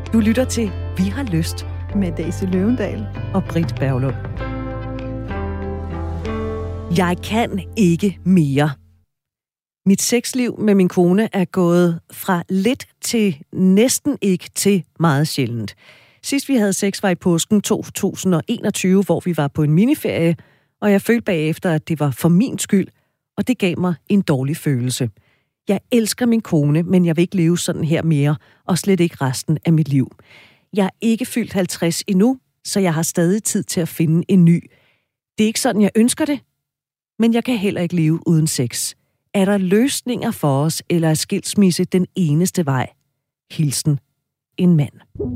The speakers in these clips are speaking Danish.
Du lytter til Vi har lyst med Daisy Løvendal og Britt Berglund. Jeg kan ikke mere. Mit sexliv med min kone er gået fra lidt til næsten ikke til meget sjældent. Sidst vi havde sex var i påsken 2021, hvor vi var på en miniferie, og jeg følte bagefter, at det var for min skyld, og det gav mig en dårlig følelse. Jeg elsker min kone, men jeg vil ikke leve sådan her mere, og slet ikke resten af mit liv. Jeg er ikke fyldt 50 endnu, så jeg har stadig tid til at finde en ny. Det er ikke sådan, jeg ønsker det, men jeg kan heller ikke leve uden sex. Er der løsninger for os, eller er skilsmisse den eneste vej? Hilsen, en mand.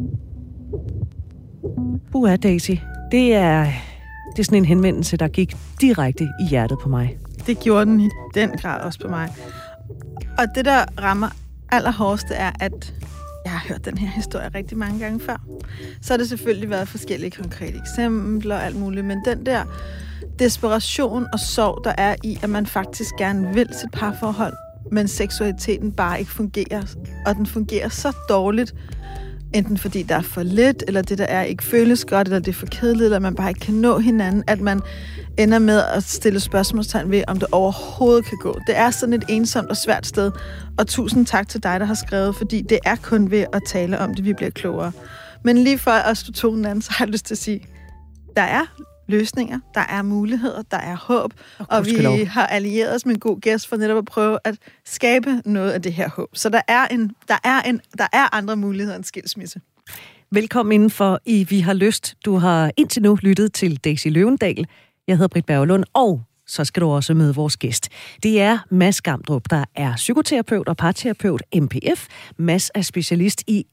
Daisy. Det er sådan en henvendelse, der gik direkte i hjertet på mig. Det gjorde den i den grad også på mig. Og det, der rammer allerhårdeste, er, at jeg har hørt den her historie rigtig mange gange før. Så har det selvfølgelig været forskellige konkrete eksempler og alt muligt, men den der desperation og sorg, der er i, at man faktisk gerne vil sit parforhold, men seksualiteten bare ikke fungerer, og den fungerer så dårligt, enten fordi der er for lidt, eller det der er ikke føles godt, eller det er for kedeligt, eller man bare ikke kan nå hinanden, at man ender med at stille spørgsmålstegn ved, om det overhovedet kan gå. Det er sådan et ensomt og svært sted, og tusind tak til dig, der har skrevet, fordi det er kun ved at tale om det, vi bliver klogere. Men lige før at stå tonen anden, så har jeg lyst til at sige, der er løsninger, der er muligheder, der er håb, og vi har allieret os med en god gæst for netop at prøve at skabe noget af det her håb. Så der er andre muligheder end skilsmisse. Velkommen indenfor i Vi har lyst. Du har indtil nu lyttet til Daisy Løvendal. Jeg hedder Britt Berglund, og så skal du også møde vores gæst. Det er Mads Gamdrup, der er psykoterapeut og parterapeut MPF. Mads er specialist i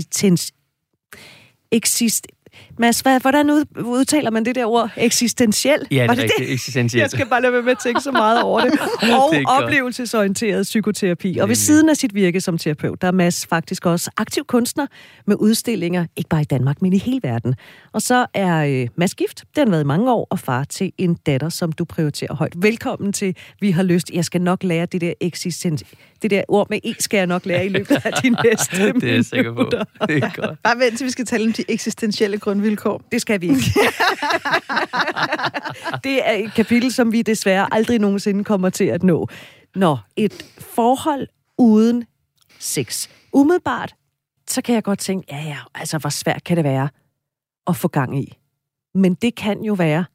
Mads, hvordan udtaler man det der ord? Eksistentiel? Ja, det er rigtigt. Eksistentiel. Jeg skal bare lade være med at tænke så meget over det. Og oplevelsesorienteret psykoterapi. Og ved siden af sit virke som terapeut, der er Mads faktisk også aktiv kunstner med udstillinger, ikke bare i Danmark, men i hele verden. Og så er Mads gift. Den har været i mange år, og far til en datter, som du prioriterer højt. Velkommen til Vi har lyst. Jeg skal nok lære det der ord med E, skal jeg nok lære i løbet af de næste minutter. Det er jeg sikker på. Det er godt. Bare vent til vi skal tale om de eksistentielle grundvilkår. Det skal vi ikke. Det er et kapitel, som vi desværre aldrig nogensinde kommer til at nå. Et forhold uden sex. Umiddelbart, så kan jeg godt tænke, altså hvor svært kan det være at få gang i. Men det kan jo være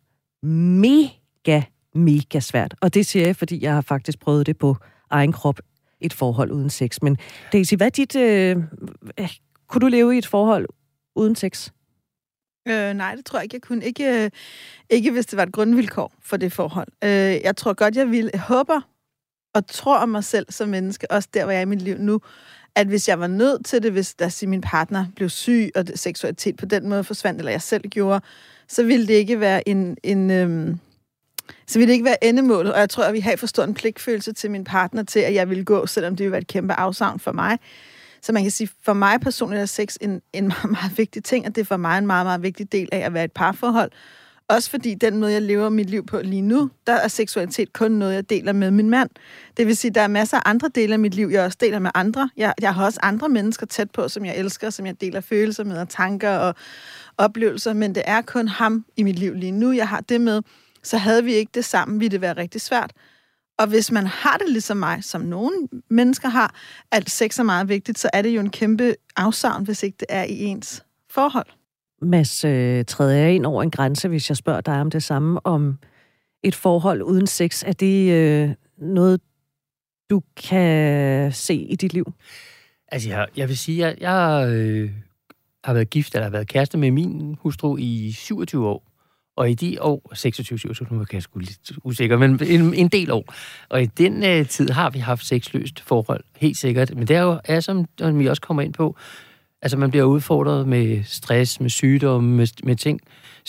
mega svært. Og det siger jeg, fordi jeg har faktisk prøvet det på egen krop, et forhold uden sex. Men Daisy, hvad er dit... kunne du leve i et forhold uden sex? Nej, det tror jeg ikke, jeg kunne. Ikke hvis det var et grundvilkår for det forhold. Jeg tror godt, jeg ville. Jeg håber og tror om mig selv som menneske, også der, hvor jeg er i mit liv nu, at hvis jeg var nødt til det, hvis min partner blev syg, og seksualitet på den måde forsvandt, eller jeg selv gjorde, så ville det ikke være så ville det ikke være endemålet. Og jeg tror, at vi har for stor en pligtfølelse til min partner til, at jeg ville gå, selvom det ville være et kæmpe afsavn for mig. Så man kan sige, for mig personligt er sex en meget, meget vigtig ting, og det er for mig en meget, meget vigtig del af at være et parforhold. Også fordi den måde, jeg lever mit liv på lige nu, der er seksualitet kun noget, jeg deler med min mand. Det vil sige, der er masser af andre dele af mit liv, jeg også deler med andre. Jeg har også andre mennesker tæt på, som jeg elsker, som jeg deler følelser med, og tanker og oplevelser, men det er kun ham i mit liv lige nu, jeg har det med. Så havde vi ikke det sammen, ville det være rigtig svært. Og hvis man har det ligesom mig, som nogle mennesker har, at sex er meget vigtigt, så er det jo en kæmpe afsavn, hvis ikke det er i ens forhold. Mads, træder jeg ind over en grænse, hvis jeg spørger dig om det samme, om et forhold uden sex? Er det noget, du kan se i dit liv? Altså, jeg vil sige, at jeg har været gift, eller har været kæreste med min hustru i 27 år. Og i de år, 26, nu kan jeg sgu lidt usikker, men en del år. Og i den tid har vi haft sexløst forhold, helt sikkert. Men det er jo, som vi også kommer ind på, altså man bliver udfordret med stress, med sygdomme, med ting,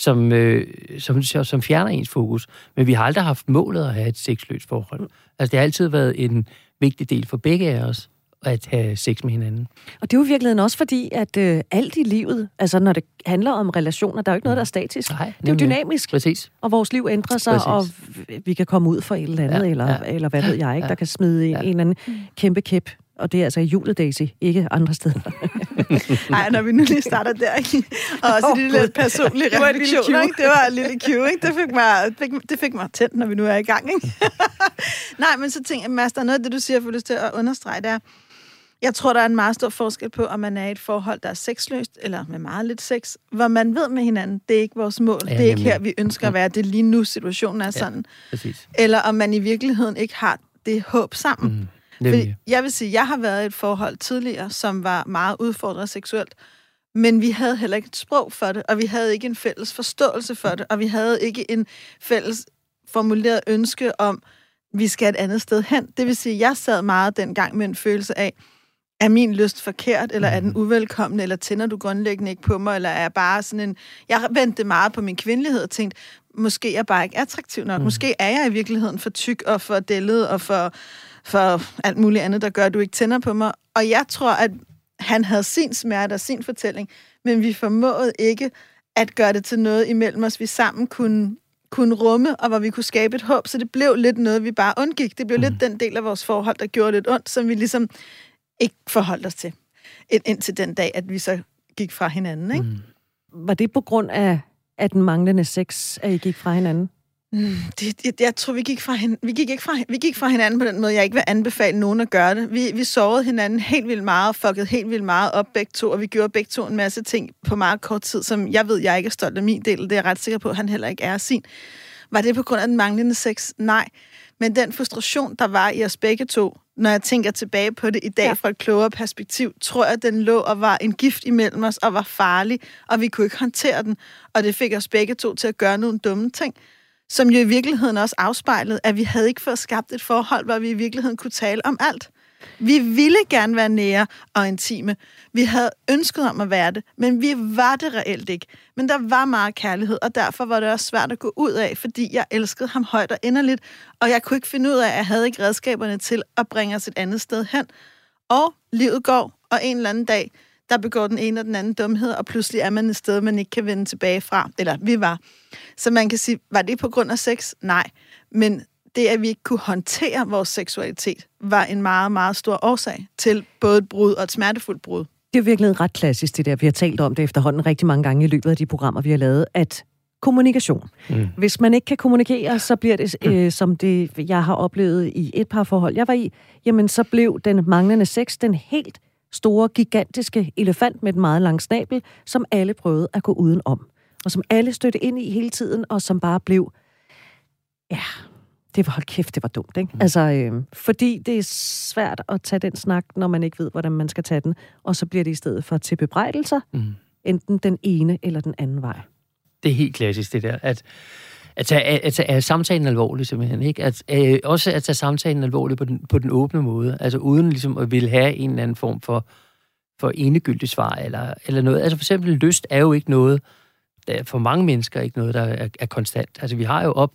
som fjerner ens fokus. Men vi har aldrig haft målet at have et sexløst forhold. Altså det har altid været en vigtig del for begge af os, at have sex med hinanden. Og det er jo i virkeligheden også fordi, at alt i livet, altså når det handler om relationer, der er jo ikke noget, der er statisk. Nej, det er jo dynamisk. Præcis. Og vores liv ændrer sig, præcis. Og vi kan komme ud for et eller andet, eller hvad ved jeg ikke, der kan smide en eller anden kæmpe kæp og det er altså i Julet, Daisy, ikke andre steder. Nej, når vi nu lige starter der, og også de lidt personlige refleksioner, det var en lille cue, ikke? Det fik mig tændt, når vi nu er i gang, ikke? Nej, men så tænker jeg, Mads, der er noget af det, du siger, jeg får lyst til at understrege, det er, jeg tror, der er en meget stor forskel på, om man er i et forhold, der er sexløst, eller med meget lidt sex, hvor man ved med hinanden, det er ikke vores mål, det er ikke her, vi ønsker at være, det er lige nu, situationen er sådan. Præcis. Eller om man i virkeligheden ikke har det håb sammen. Fordi jeg vil sige, jeg har været i et forhold tidligere, som var meget udfordret seksuelt, men vi havde heller ikke et sprog for det, og vi havde ikke en fælles forståelse for det, og vi havde ikke en fælles formuleret ønske om, vi skal et andet sted hen. Det vil sige, jeg sad meget dengang med en følelse af, er min lyst forkert, eller er den uvelkommende, eller tænder du grundlæggende ikke på mig, eller er jeg bare sådan en... Jeg vendte meget på min kvindelighed og tænkte, måske er jeg bare ikke attraktiv nok. Måske er jeg i virkeligheden for tyk og for dællet og for alt muligt andet, der gør, at du ikke tænder på mig. Og jeg tror, at han havde sin smerte og sin fortælling, men vi formåede ikke at gøre det til noget imellem os, vi sammen kunne rumme, og hvor vi kunne skabe et håb. Så det blev lidt noget, vi bare undgik. Det blev lidt den del af vores forhold, der gjorde lidt ondt, som vi ligesom ikke forholdt os til. Indtil den dag, at vi så gik fra hinanden, ikke? Var det på grund af den manglende sex, at I gik fra hinanden? Jeg tror, vi gik fra hinanden på den måde, jeg ikke vil anbefale nogen at gøre det. Vi sårede hinanden helt vildt meget, og fuckede helt vildt meget op begge to, og vi gjorde begge to en masse ting på meget kort tid, som jeg ved, jeg ikke er stolt af min del, og det er jeg ret sikker på, at han heller ikke er sin. Var det på grund af den manglende sex? Nej. Men den frustration, der var i os begge to, når jeg tænker tilbage på det i dag fra et klogere perspektiv, tror jeg, at den lå og var en gift imellem os, og var farlig, og vi kunne ikke håndtere den, og det fik os begge to til at gøre nogle dumme ting, som jo i virkeligheden også afspejlede, at vi havde ikke fået skabt et forhold, hvor vi i virkeligheden kunne tale om alt. Vi ville gerne være nære og intime. Vi havde ønsket om at være det, men vi var det reelt ikke. Men der var meget kærlighed, og derfor var det også svært at gå ud af, fordi jeg elskede ham højt og inderligt, og jeg kunne ikke finde ud af, at jeg havde ikke redskaberne til at bringe os et andet sted hen. Og livet går, og en eller anden dag, der begår den ene og den anden dumhed, og pludselig er man et sted, man ikke kan vende tilbage fra. Eller vi var. Så man kan sige, var det på grund af sex? Nej. Men det, at vi ikke kunne håndtere vores seksualitet, var en meget, meget stor årsag til både et brud og et smertefuldt brud. Det er virkelig ret klassisk, det der. Vi har talt om det efterhånden rigtig mange gange i løbet af de programmer, vi har lavet, at kommunikation. Hvis man ikke kan kommunikere, så bliver det, som det, jeg har oplevet i et par forhold, jeg var i, jamen så blev den manglende sex den helt store, gigantiske elefant med den meget lange snabel, som alle prøvede at gå udenom. Og som alle stødte ind i hele tiden, og som bare blev... Ja, det var, hold kæft, det var dumt, ikke? Altså, fordi det er svært at tage den snak, når man ikke ved, hvordan man skal tage den, og så bliver det i stedet for til bebrejdelser, enten den ene eller den anden vej. Det er helt klassisk, det der, at tage samtalen alvorligt, simpelthen, ikke? Også at tage samtalen alvorligt på den åbne måde, altså uden ligesom at ville have en eller anden form for enegyldigt svar, eller noget. Altså for eksempel, lyst er jo ikke noget, der for mange mennesker ikke noget, der er konstant. Altså vi har jo op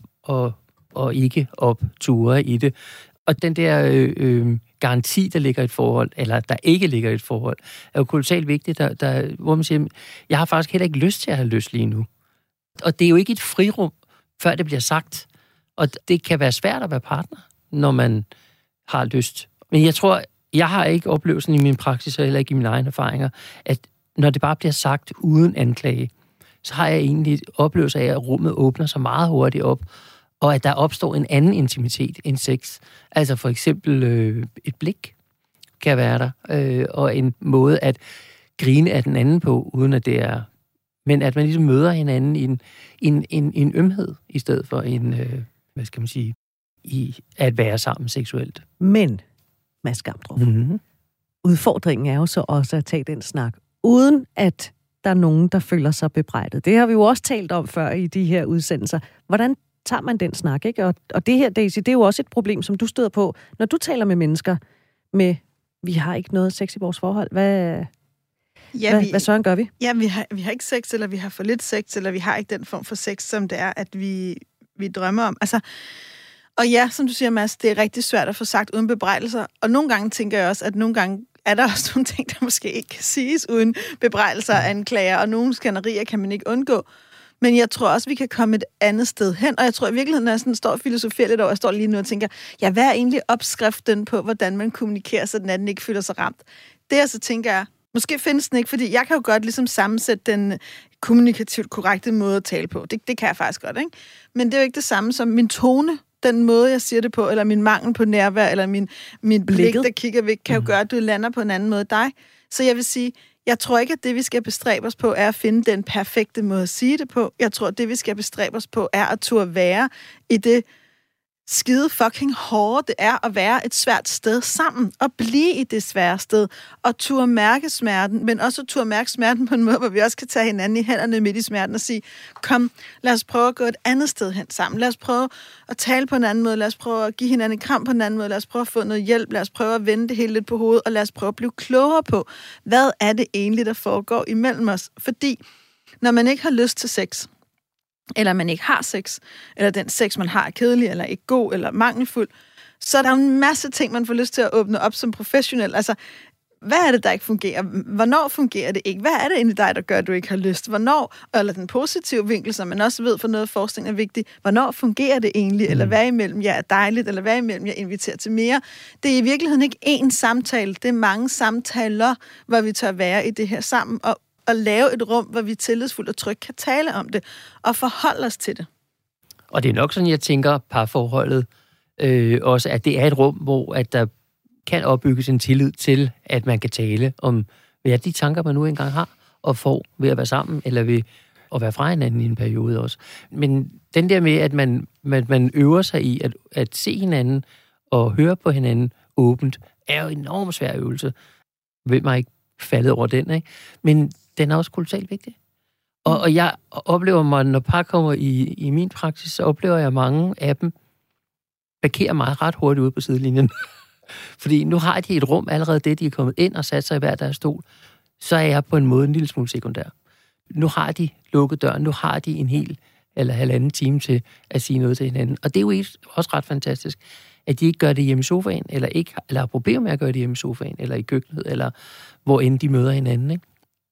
og ikke opture i det. Og den der garanti, der ligger i et forhold, eller der ikke ligger i et forhold, er jo kolossalt vigtigt, hvor man siger, jeg har faktisk heller ikke lyst til at have lyst lige nu. Og det er jo ikke et frirum, før det bliver sagt. Og det kan være svært at være partner, når man har lyst. Men jeg tror, jeg har ikke oplevelsen i min praksis, eller ikke i mine egne erfaringer, at når det bare bliver sagt uden anklage, så har jeg egentlig oplevelse af, at rummet åbner sig meget hurtigt op, og at der opstår en anden intimitet end sex. Altså for eksempel et blik kan være der, og en måde at grine af den anden på, uden at det er... Men at man ligesom møder hinanden i en ømhed, i stedet for en, hvad skal man sige, i at være sammen seksuelt. Men, Mads Gamdrup, udfordringen er jo så også at tage den snak, uden at der er nogen, der føler sig bebrejdet. Det har vi jo også talt om før i de her udsendelser. Hvordan tager man den snak, ikke? Og det her, Daisy, det er jo også et problem, som du støder på, når du taler med mennesker med, vi har ikke noget sex i vores forhold. Hvad søren gør vi? Ja, vi har ikke sex, eller vi har for lidt sex, eller vi har ikke den form for sex, som det er, at vi drømmer om. Altså, og ja, som du siger, Mads, det er rigtig svært at få sagt uden bebrejdelser. Og nogle gange tænker jeg også, at nogle gange er der også nogle ting, der måske ikke kan siges uden bebrejdelser og anklager, og nogle skænderier kan man ikke undgå. Men jeg tror også, vi kan komme et andet sted hen, og jeg tror i virkeligheden, når jeg sådan står og filosoferer lidt over, jeg står lige nu og tænker, ja, hvad er egentlig opskriften på, hvordan man kommunikerer, så den anden ikke føler sig ramt? Det jeg så tænker jeg, måske findes den ikke, fordi jeg kan jo godt ligesom sammensætte den kommunikativt korrekte måde at tale på. Det kan jeg faktisk godt, ikke? Men det er jo ikke det samme som min tone, den måde, jeg siger det på, eller min mangel på nærvær, eller min blik, der kigger væk, kan jo gøre, at du lander på en anden måde dig. Så jeg vil sige, jeg tror ikke, at det, vi skal bestræbe os på, er at finde den perfekte måde at sige det på. Jeg tror, at det, vi skal bestræbe os på, er at turde være i det skide fucking hårde, det er at være et svært sted sammen, og blive i det svære sted, og turde mærke smerten, men også turde mærke smerten på en måde, hvor vi også kan tage hinanden i hænderne midt i smerten og sige, kom, lad os prøve at gå et andet sted hen sammen, lad os prøve at tale på en anden måde, lad os prøve at give hinanden en kram på en anden måde, lad os prøve at få noget hjælp, lad os prøve at vende det hele lidt på hovedet, og lad os prøve at blive klogere på, hvad er det egentlig, der foregår imellem os, fordi når man ikke har lyst til sex, eller man ikke har sex, eller den sex, man har, er kedelig, eller ikke god, eller mangelfuld, så er der en masse ting, man får lyst til at åbne op som professionel. Altså, hvad er det, der ikke fungerer? Hvornår fungerer det ikke? Hvad er det egentlig dig, der gør, at du ikke har lyst? Hvornår, eller den positive vinkel, som man også ved for noget forskning er vigtig, hvornår fungerer det egentlig? Eller hvad imellem jer er dejligt, eller hvad imellem jer inviterer til mere? Det er i virkeligheden ikke én samtale, det er mange samtaler, hvor vi tør være i det her sammen, og lave et rum, hvor vi tillidsfuldt og trygt kan tale om det, og forholde os til det. Og det er nok sådan, jeg tænker parforholdet også, at det er et rum, hvor at der kan opbygges en tillid til, at man kan tale om, hvad er de tanker, man nu engang har, og får ved at være sammen, eller ved at være fra hinanden i en periode også. Men den der med, at man øver sig i at se hinanden og høre på hinanden åbent, er jo en enormt svær øvelse. Vil man ikke faldet over den, ikke? Men den er også kolossalt vigtig. Og jeg oplever mig, når par kommer i min praksis, så oplever jeg mange af dem parkerer meget ret hurtigt ude på sidelinjen. Fordi nu har de et rum allerede det, de er kommet ind og sat sig i hver deres stol, så er jeg på en måde en lille smule sekundær. Nu har de lukket døren, nu har de en hel eller halvanden time til at sige noget til hinanden. Og det er jo også ret fantastisk, at de ikke gør det hjemme i sofaen, eller har problemer med at gøre det hjemme i sofaen, eller i køkkenet, eller hvor end de møder hinanden, ikke?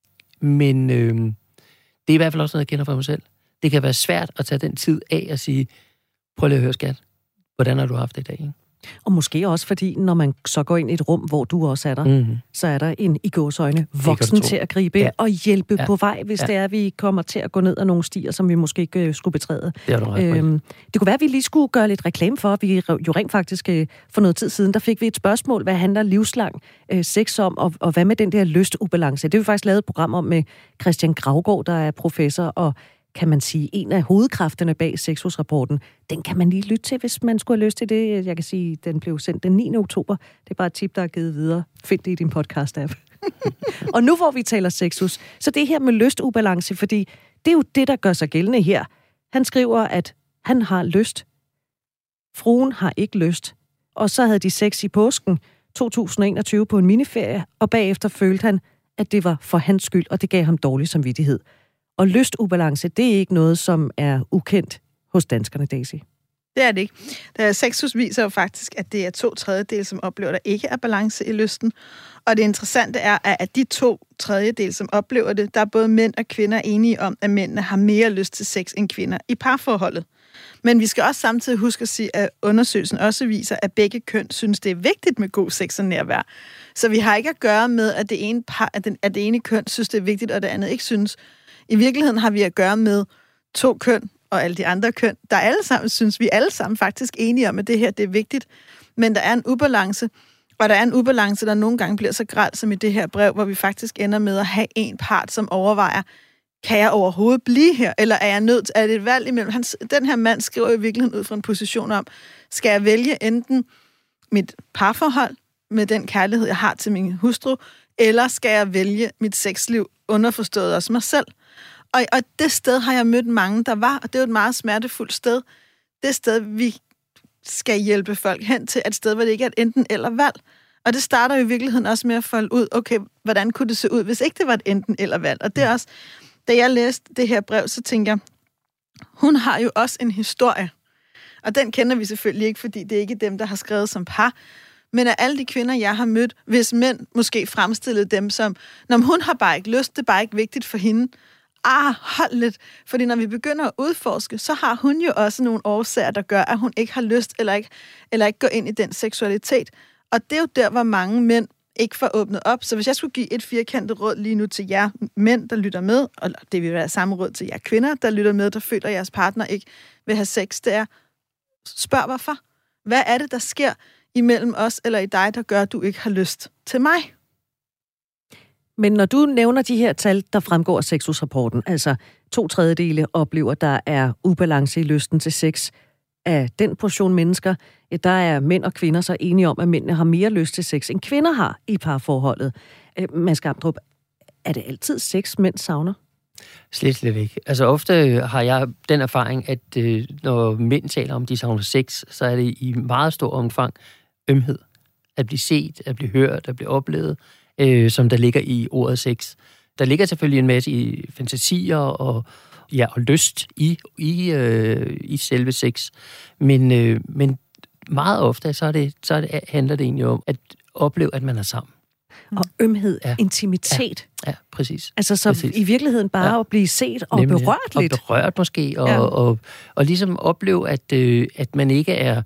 Men det er i hvert fald også noget, jeg kender fra mig selv. Det kan være svært at tage den tid af og sige, prøv lige at høre, skat, hvordan har du haft det i dag, ikke? Og måske også fordi, når man så går ind i et rum, hvor du også er der, så er der en i gåseøjne voksen til at gribe ind og hjælpe på vej, hvis det er, at vi kommer til at gå ned ad nogle stier, som vi måske ikke skulle betræde. Det kunne være, at vi lige skulle gøre lidt reklame for, vi jo rent faktisk for noget tid siden, der fik vi et spørgsmål, hvad handler livslang sex om, og hvad med den der lystubalance? Det har vi faktisk lavet et program om med Christian Gravgaard, der er professor og kan man sige, en af hovedkræfterne bag Sexus-rapporten. Den kan man lige lytte til, hvis man skulle have lyst til det. Jeg kan sige, den blev sendt den 9. oktober. Det er bare et tip, der er givet videre. Find det i din podcast-app. Og nu hvor vi taler Sexus, så det her med lystubalance, fordi det er jo det, der gør sig gældende her. Han skriver, at han har lyst. Fruen har ikke lyst. Og så havde de sex i påsken 2021 på en miniferie, og bagefter følte han, at det var for hans skyld, og det gav ham dårlig samvittighed. Og lystubalance, det er ikke noget, som er ukendt hos danskerne, Daisy. Det er det ikke. Sexus viser jo faktisk, at det er 2/3, som oplever, at der ikke er balance i lysten. Og det interessante er, at de 2/3, som oplever det, der er både mænd og kvinder enige om, at mændene har mere lyst til sex end kvinder i parforholdet. Men vi skal også samtidig huske at sige, at undersøgelsen også viser, at begge køn synes, det er vigtigt med god sex og nærvær. Så vi har ikke at gøre med, at det ene køn synes, det er vigtigt, og det andet ikke synes. I virkeligheden har vi at gøre med 2 køn og alle de andre køn, der alle sammen synes, vi alle sammen faktisk enige om, at det her det er vigtigt. Men der er en ubalance, og der er en ubalance, der nogle gange bliver så grel som i det her brev, hvor vi faktisk ender med at have en part, som overvejer, kan jeg overhovedet blive her, eller er jeg nødt til, er det et valg imellem? Den her mand skriver i virkeligheden ud fra en position om, skal jeg vælge enten mit parforhold med den kærlighed, jeg har til min hustru, eller skal jeg vælge mit sexliv underforstået også mig selv? Og det sted har jeg mødt mange, der var, og det er jo et meget smertefuldt sted. Det sted, vi skal hjælpe folk hen til, et sted, hvor det ikke er et enten eller valg. Og det starter jo i virkeligheden også med at folde ud, okay, hvordan kunne det se ud, hvis ikke det var et enten eller valg? Og det er også, da jeg læste det her brev, så tænker jeg, hun har jo også en historie. Og den kender vi selvfølgelig ikke, fordi det er ikke dem, der har skrevet som par. Men af alle de kvinder, jeg har mødt, hvis mænd måske fremstillede dem som, når hun har bare ikke lyst, det er bare ikke vigtigt for hende. hold lidt. Fordi når vi begynder at udforske, så har hun jo også nogle årsager, der gør, at hun ikke har lyst, eller ikke går ind i den seksualitet. Og det er jo der, hvor mange mænd ikke får åbnet op. Så hvis jeg skulle give et firkantet råd lige nu til jer mænd, der lytter med, og det vil være samme råd til jer kvinder, der lytter med, der føler, at jeres partner ikke vil have sex, det er, spørg hvorfor. Hvad er det, der sker imellem os eller i dig, der gør, at du ikke har lyst til mig? Men når du nævner de her tal, der fremgår af sexusrapporten, altså 2/3 oplever, der er ubalance i lysten til sex af den portion mennesker, der er mænd og kvinder så enige om, at mændene har mere lyst til sex, end kvinder har i parforholdet. Mads Gamdrup, er det altid sex, mænd savner? Slet ikke. Altså ofte har jeg den erfaring, at når mænd taler om, de savner sex, så er det i meget stor omfang ømhed. At blive set, at blive hørt, at blive oplevet, som der ligger i ordet sex. Der ligger selvfølgelig en masse i fantasier og lyst i selve sex. Men meget ofte handler det egentlig om at opleve, at man er sammen. Og ømhed, intimitet. Ja, præcis. Altså så præcis. I virkeligheden bare at blive set og nemlig, berørt lidt. Og berørt måske, og ligesom opleve, at man ikke er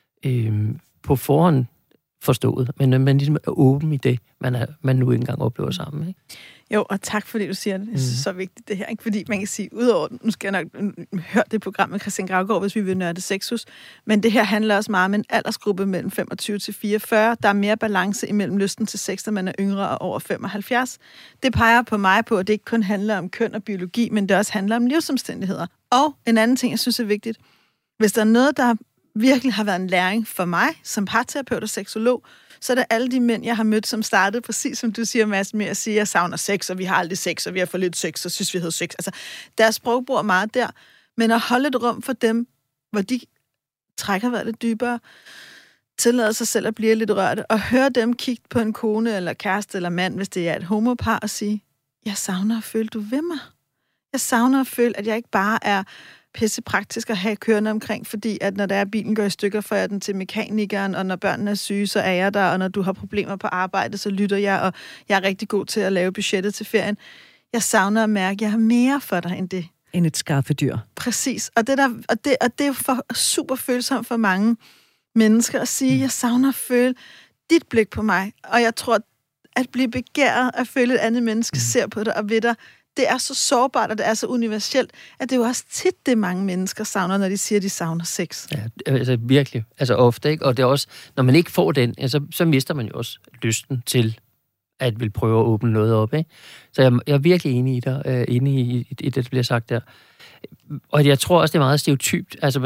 på forhånd forstået, men man ligesom er åben i det, man nu ikke engang oplever sammen. Ikke? Jo, og tak fordi du siger det. Det er så vigtigt det her, ikke? Fordi man kan sige, udover, nu skal jeg nok høre det program med Christian Graugaard, hvis vi vil nørde sexus, men det her handler også meget om en aldersgruppe mellem 25 til 44. Der er mere balance imellem lysten til sex, når man er yngre og over 75. Det peger på mig på, at det ikke kun handler om køn og biologi, men det også handler om livsomstændigheder. Og en anden ting, jeg synes er vigtigt, hvis der er noget, der virkelig har været en læring for mig som parterapeut og seksolog, så er det alle de mænd, jeg har mødt, som startede præcis som du siger, Mads, med at sige, at jeg savner sex, og vi har aldrig sex, og vi har for lidt sex, og synes, vi havde sex. Altså, deres sprogbrug er meget der, men at holde et rum for dem, hvor de trækker vejret lidt dybere, tillader sig selv at blive lidt rørte, og høre dem kigge på en kone, eller kæreste, eller mand, hvis det er et homopar, og sige, jeg savner at føle, du ved mig. Jeg savner at føle, at jeg ikke bare er pisse praktisk at have kørende omkring, fordi at når der er bilen går i stykker, får jeg den til mekanikeren, og når børnene er syge, så er jeg der, og når du har problemer på arbejde, så lytter jeg, og jeg er rigtig god til at lave budgettet til ferien. Jeg savner at mærke, at jeg har mere for dig end det. End et skaffedyr. Præcis. Og det er jo for super følsomt for mange mennesker at sige, jeg savner at føle dit blik på mig, og jeg tror, at blive begæret at føle et andet menneske ser på dig og ved dig, det er så sårbart, og det er så universelt, at det er jo også tit det, mange mennesker savner, når de siger, at de savner sex. Ja, altså virkelig. Altså ofte, ikke? Og det er også, når man ikke får den, så mister man jo også lysten til at vil prøve at åbne noget op, ikke? Så jeg er virkelig enig i dig, enig i det, der bliver sagt der. Og jeg tror også, det er meget stereotypt. Altså,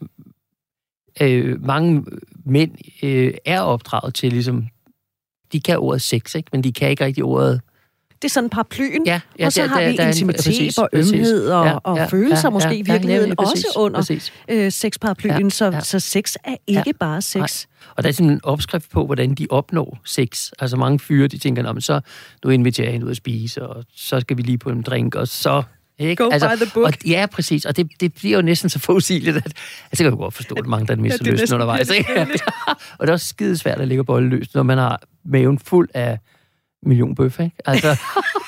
mange mænd er opdraget til, ligesom, de kan ordet sex, ikke? Men de kan ikke rigtig ordet. Det er sådan paraplyen, og så har vi intimitet og ømhed og følelser måske i virkeligheden også under sexparaplyen, så sex er ikke bare sex. Nej. Og der er sådan en opskrift på, hvordan de opnår sex. Altså mange fyre, de tænker, så nu inviterer jeg hende ud at spise, og så skal vi lige på en drink, og så. Ikke? Go by the book. Ja, præcis. Og det bliver jo næsten så forudsigeligt, at så kan du godt forstå, at mange, der mister lysten undervejs. Og det er også skidesvært at ligge og bolle løst, når man har maven fuld af millionbøf, ikke? Altså.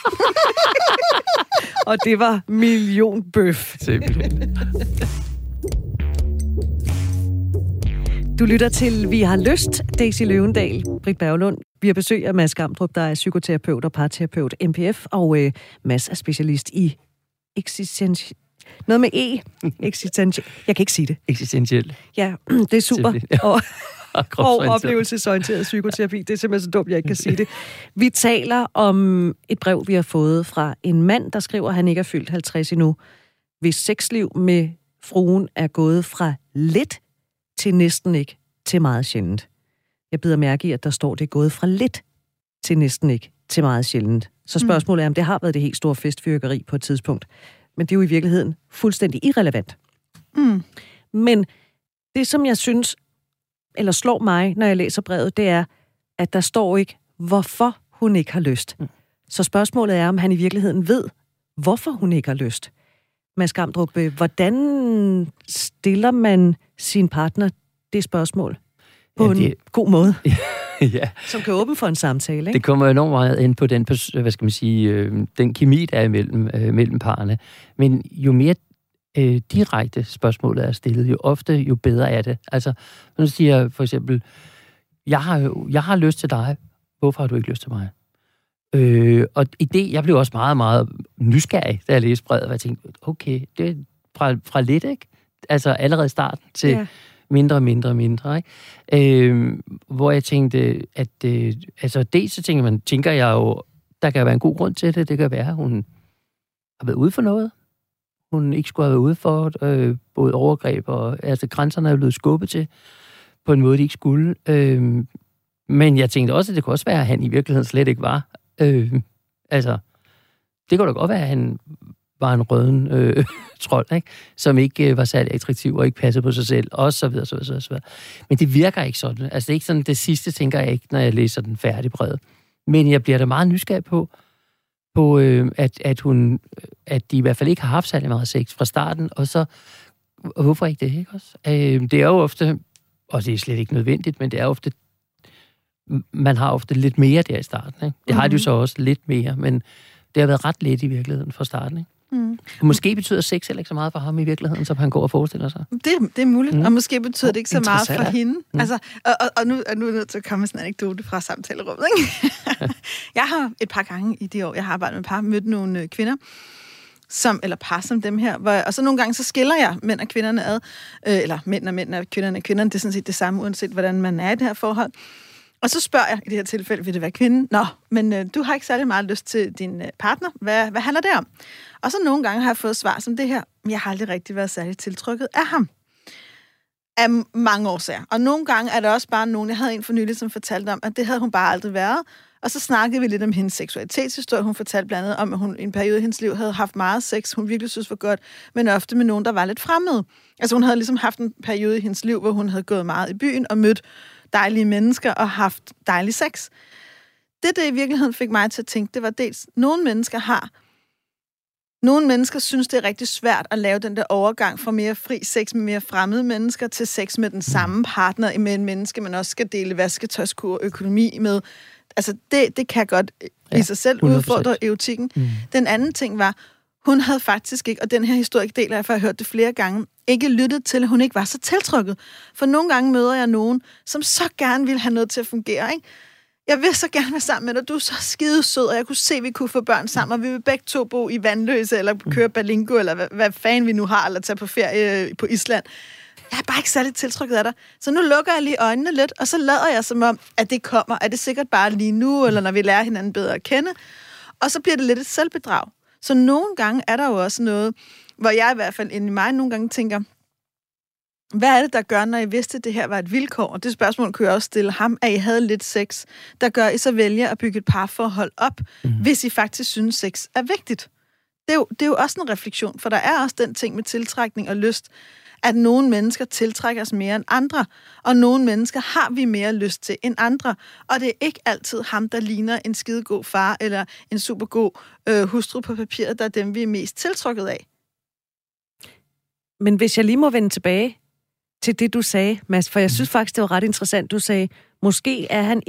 Og det var millionbøf. Simpelthen. Du lytter til Vi har lyst, Daisy Løvendal, Britt Berglund. Vi har besøg af Mads Gamdrup, der er psykoterapeut og parterapeut MPF, og Mads er specialist i eksistentiel. Noget med E. Eksistentiel. Jeg kan ikke sige det. Eksistentiel. Ja, det er super. Og oplevelsesorienteret psykoterapi. Det er simpelthen så dumt, jeg ikke kan sige det. Vi taler om et brev, vi har fået fra en mand, der skriver, at han ikke er fyldt 50 endnu. Hvis sexliv med fruen er gået fra lidt til næsten ikke til meget sjældent. Jeg bider mærke i, at der står, det er gået fra lidt til næsten ikke til meget sjældent. Så spørgsmålet er, om det har været det helt store festfyrkeri på et tidspunkt. Men det er jo i virkeligheden fuldstændig irrelevant. Men det, som jeg synes, eller slår mig, når jeg læser brevet, det er, at der står ikke, hvorfor hun ikke har lyst. Så spørgsmålet er, om han i virkeligheden ved, hvorfor hun ikke har lyst. Mads Gamdrup, hvordan stiller man sin partner det spørgsmål på en god måde? Ja. Som kan åbne for en samtale, ikke? Det kommer enormt meget ind på den, hvad skal man sige, den kemi, der er mellem parerne. Men jo mere direkte spørgsmålet er stillet, jo ofte, jo bedre er det. Altså, når du siger for eksempel, jeg har lyst til dig, hvorfor har du ikke lyst til mig? Og jeg blev også meget, meget nysgerrig, da jeg læste brevet, og jeg tænkte, okay, det er fra lidt, ikke? Altså allerede starten til mindre, ikke? Hvor jeg tænkte, at altså dels så tænker jeg jo, der kan være en god grund til det. Det kan være, at hun har været ude for noget. Hun ikke skulle have været ude for både overgreb og altså grænserne er blevet skubbet til på en måde, de ikke skulle. Men jeg tænkte også, at det kunne også være, at han i virkeligheden slet ikke var. Altså, det kunne da godt være, at han var en røden trold, ikke? Som ikke var særlig attraktiv og ikke passede på sig selv, og så videre, så videre. Men det virker ikke sådan. Altså, det er ikke sådan, det sidste tænker jeg ikke, når jeg læser den færdige brevet. Men jeg bliver da meget nysgerrig på at de i hvert fald ikke har haft særlig meget sex fra starten, og hvorfor ikke det, ikke også? Det er jo ofte, og det er slet ikke nødvendigt, men det er ofte, man har ofte lidt mere der i starten, ikke? Det har de jo så også lidt mere, men det har været ret lidt i virkeligheden fra starten, ikke? Måske betyder sex heller ikke så meget for ham i virkeligheden, som han går og forestiller sig. Det er muligt, og måske betyder det ikke så meget for hende. Altså, og nu er nødt til at komme sådan en anekdote fra samtalerummet, ikke? Jeg har et par gange i de år, jeg har arbejdet med par, mødt nogle kvinder, eller par som dem her, og så nogle gange så skiller jeg mænd og kvinderne ad, eller mænd og mænd og kvinderne, det er sådan set det samme, uanset hvordan man er i det her forhold. Og så spørger jeg i det her tilfælde, vil det være kvinden? Nå, men du har ikke særlig meget lyst til din partner. Hvad handler det om? Og så nogle gange har jeg fået svar som det her, men jeg har aldrig rigtig været særlig tiltrykket af ham. Af mange årsager. Og nogle gange er der også bare nogen, jeg havde en for nylig, som fortalte om, at det havde hun bare aldrig været. Og så snakkede vi lidt om hendes seksualitetshistorie. Hun fortalte blandt andet om, at hun i en periode i hendes liv havde haft meget sex, hun virkelig synes var godt, men ofte med nogen, der var lidt fremmede. Altså hun havde ligesom haft en periode i hendes liv, hvor hun havde gået meget i byen og mødt dejlige mennesker og haft dejlig sex. Det i virkeligheden fik mig til at tænke, det var dels, nogle mennesker synes, det er rigtig svært at lave den der overgang fra mere fri sex med mere fremmede mennesker til sex med den samme partner med en menneske, man også skal dele vasketøjskur og økonomi med. Altså, det kan godt i sig selv 100%. Udfordre erotikken. Den anden ting var, hun havde faktisk ikke, og den her historie deler jeg, for jeg har hørt det flere gange, ikke lyttet til, at hun ikke var så tiltrykket. For nogle gange møder jeg nogen, som så gerne vil have noget til at fungere, ikke? Jeg vil så gerne være sammen med dig, du er så skide sød, og jeg kunne se, at vi kunne få børn sammen, og vi vil begge to bo i Vandløse, eller køre Berlingo, eller hvad fanden vi nu har, eller tage på ferie på Island. Jeg er bare ikke særlig tiltrykket af dig. Så nu lukker jeg lige øjnene lidt, og så lader jeg som om, at det kommer. Er det sikkert bare lige nu, eller når vi lærer hinanden bedre at kende? Og så bliver det lidt et selvbedrag. Så nogle gange er der jo også noget, hvor jeg i hvert fald inde i mig nogle gange tænker, hvad er det, der gør, når I vidste, at det her var et vilkår? Og det spørgsmål kunne jeg også stille ham, at I havde lidt sex, der gør, at I så vælger at bygge et parforhold op, hvis I faktisk synes, sex er vigtigt. Det er jo også en refleksion, for der er også den ting med tiltrækning og lyst, at nogle mennesker tiltrækker os mere end andre, og nogle mennesker har vi mere lyst til end andre. Og det er ikke altid ham, der ligner en skidegod far eller en supergod hustru på papiret, der er dem, vi er mest tiltrykket af. Men hvis jeg lige må vende tilbage til det, du sagde, Mads, for jeg synes faktisk, det var ret interessant, du sagde, måske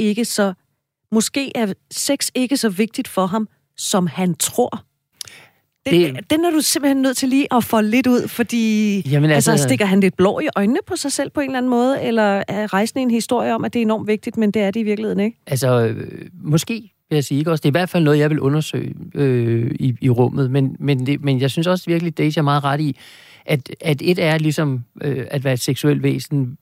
er sex ikke så vigtigt for ham, som han tror. Den er du simpelthen nødt til lige at få lidt ud, fordi altså, stikker han lidt blå i øjnene på sig selv på en eller anden måde, eller er rejsen en historie om, at det er enormt vigtigt, men det er det i virkeligheden ikke? Altså, måske vil jeg sige ikke også. Det er i hvert fald noget, jeg vil undersøge i rummet, men jeg synes også virkelig, Daisy er meget ret i, at et er ligesom at være et seksuelt væsen,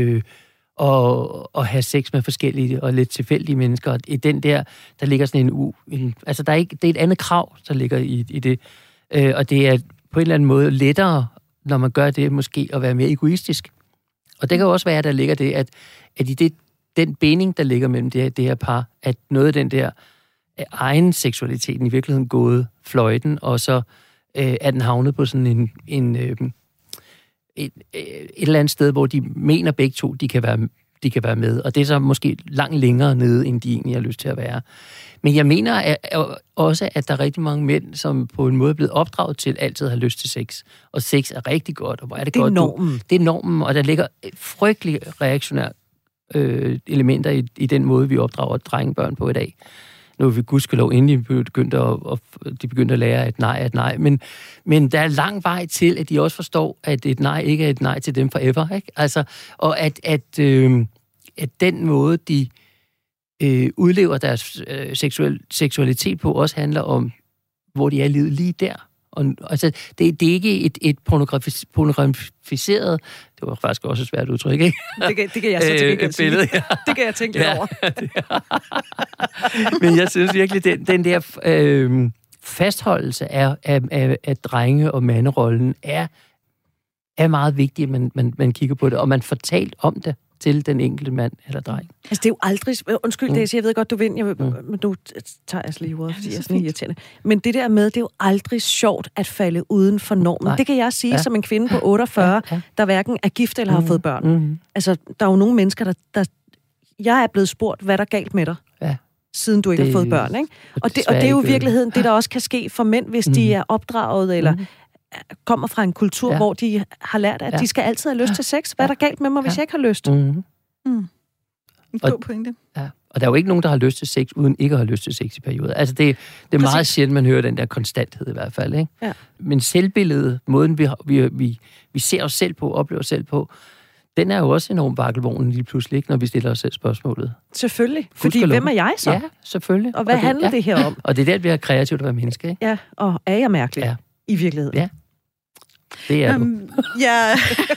og have sex med forskellige og lidt tilfældige mennesker. Og i den der ligger sådan altså der er ikke, det er et andet krav, der ligger i det. Og det er på en eller anden måde lettere, når man gør det, måske at være mere egoistisk. Og det kan jo også være, at der ligger det, at i den binding, der ligger mellem det her par, at noget af den der egen seksualiteten i virkeligheden gået fløjten, og så er den havnet på sådan et eller andet sted, hvor de mener begge to, de kan være med. Og det er så måske langt længere nede, end de egentlig har lyst til at være. Men jeg mener også, at der er rigtig mange mænd, som på en måde er blevet opdraget til altid at have lyst til sex. Og sex er rigtig godt, og hvor er det godt. Normen. Det er normen, og der ligger frygtelig reaktionær elementer i den måde, vi opdrager drengebørn på i dag. Nu er vi gudskelov endelig begyndt at lære, at nej er et nej. Men der er lang vej til, at de også forstår, at et nej ikke er et nej til dem forever. Ikke? Altså, og at den måde, de udlever deres seksualitet på, også handler om, hvor de er i livet lige der. Og, altså, det er ikke et pornograficeret... Det var faktisk også et svært udtryk, ikke? Det kan jeg så til gengæld sige. Billede, ja. Det kan jeg tænke lidt over. Men jeg synes virkelig, den der fastholdelse af drenge- og manderollen er meget vigtig, at man kigger på det, og man får talt om det til den enkelte mand eller dreng. Altså, det er jo aldrig... Undskyld, Daisy, jeg ved godt, du vinder. Men nu tager jeg lige ordet, fordi jeg er sådan irriterende. Men det der med, det er jo aldrig sjovt at falde uden for normen. Nej. Det kan jeg sige som en kvinde på 48, der hverken er gift eller har fået børn. Altså, der er jo nogle mennesker, der... Jeg er blevet spurgt, hvad der er galt med dig, siden du ikke har fået børn, ikke? Og det er jo i virkeligheden det, der også kan ske for mænd, hvis de er opdraget eller kommer fra en kultur, hvor de har lært, at de skal altid have lyst til sex. Hvad er der galt med mig, hvis jeg ikke har lyst? En god pointe. Ja. Og der er jo ikke nogen, der har lyst til sex, uden ikke at have lyst til sex i perioder. Altså, det er meget sjældent, man hører den der konstanthed i hvert fald, ikke? Ja. Men selvbilledet, måden vi ser os selv på, oplever os selv på, den er jo også enormt vakkelvognen lige pludselig, ikke, når vi stiller os selv spørgsmålet. Selvfølgelig. Fordi hvem er jeg så? Ja, selvfølgelig. Og hvad handler det her om? Og det er der, vi er kreativt at være menneske, ikke? Ja, og er jeg mærkelig i virkeligheden? Ja, det er du. Ja.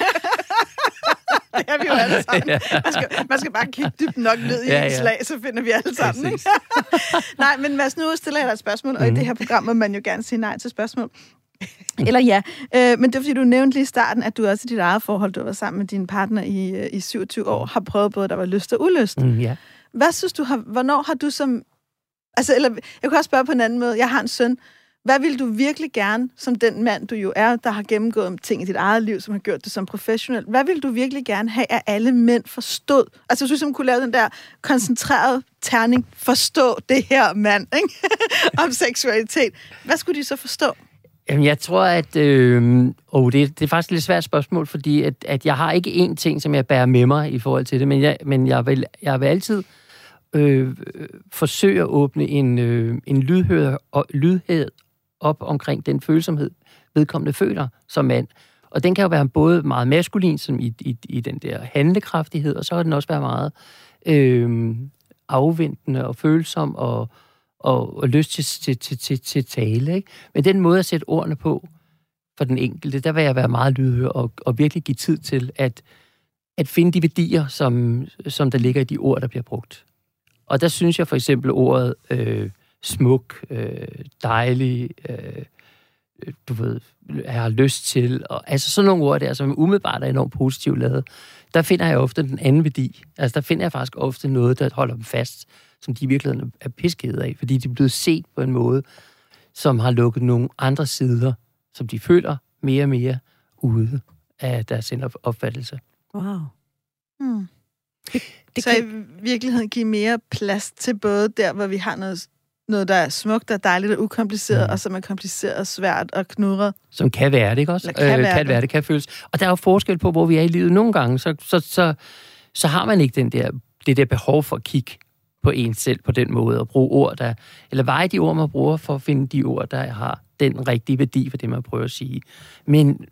Det er vi jo alle sammen. Man skal bare kigge dybt nok ned i en slag, så finder vi alle sammen. Ikke? Nej, men Mads, nu stiller jeg dig et spørgsmål, og i det her program må man jo gerne sige nej til spørgsmål. Eller ja. Men det er, fordi du nævnte lige i starten, at du også i dit eget forhold, du var sammen med din partner i 27 år, har prøvet både, der var lyst og ulyst. Hvad synes du, hvornår har du som... Altså, eller jeg kan også spørge på en anden måde. Jeg har en søn. Hvad vil du virkelig gerne, som den mand, du jo er, der har gennemgået ting i dit eget liv, som har gjort det som professionel, hvad vil du virkelig gerne have, at alle mænd forstod? Altså, hvis du ligesom kunne lave den der koncentrerede terning, forstå det her mand, ikke? Om seksualitet. Hvad skulle de så forstå? Jamen, jeg tror, at... det er faktisk et lidt svært spørgsmål, fordi at jeg har ikke én ting, som jeg bærer med mig i forhold til det, men jeg vil altid forsøge at åbne en lydhed op omkring den følsomhed, vedkommende føler som mand. Og den kan jo være både meget maskulin, som i den der handlekraftighed, og så kan den også være meget afventende og følsom og lyst til tale. Ikke? Men den måde at sætte ordene på for den enkelte, der vil jeg være meget lydhør og virkelig give tid til at finde de værdier, som der ligger i de ord, der bliver brugt. Og der synes jeg for eksempel ordet smuk, dejlig, du ved, jeg har lyst til, og altså sådan nogle ord der, som umiddelbart er enormt positivt lavet, der finder jeg ofte den anden værdi. Altså der finder jeg faktisk ofte noget, der holder dem fast, som de i virkeligheden er piskede af, fordi de er blevet set på en måde, som har lukket nogle andre sider, som de føler mere og mere ude af deres opfattelse. Wow. Så i virkeligheden give mere plads til både der, hvor vi har noget der er smukt og dejligt og ukompliceret, og som er kompliceret og svært og knudret. Som kan være det, ikke også? Det kan føles. Og der er jo forskel på, hvor vi er i livet. Nogle gange, så har man ikke det der behov for at kigge på en selv på den måde, og bruge ord, eller veje de ord, man bruger, for at finde de ord, der har den rigtige værdi for det, man prøver at sige. Men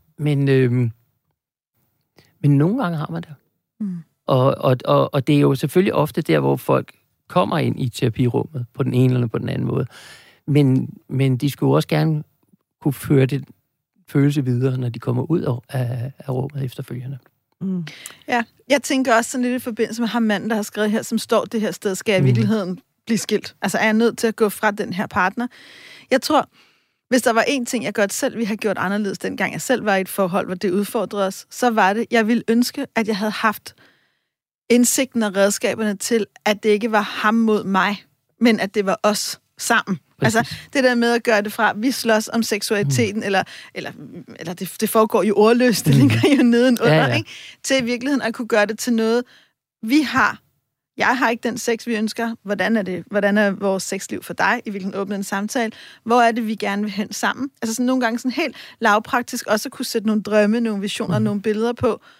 nogle gange har man det. Og det er jo selvfølgelig ofte der, hvor folk kommer ind i terapirummet på den ene eller på den anden måde. Men de skulle også gerne kunne føre det følelse videre, når de kommer ud af rummet efterfølgende. Ja, jeg tænker også sådan lidt i forbindelse med ham manden, der har skrevet her, som står det her sted, skal jeg i virkeligheden blive skilt? Altså er jeg nødt til at gå fra den her partner? Jeg tror, hvis der var én ting, jeg godt selv ville have gjort anderledes, dengang jeg selv var i et forhold, hvor det udfordrede os, så var det, jeg ville ønske, at jeg havde haft indsigten og redskaberne til, at det ikke var ham mod mig, men at det var os sammen. Præcis. Altså det der med at gøre det fra, vi slås om seksualiteten, eller det foregår jo ordløst, det ligger jo nedenunder, ikke? Til i virkeligheden at kunne gøre det til noget, vi har. Jeg har ikke den sex, vi ønsker. Hvordan er det? Hvordan er vores sexliv for dig? I hvilken åbne en samtale? Hvor er det, vi gerne vil hen sammen? Altså sådan nogle gange sådan helt lavpraktisk, også at kunne sætte nogle drømme, nogle visioner, nogle billeder på.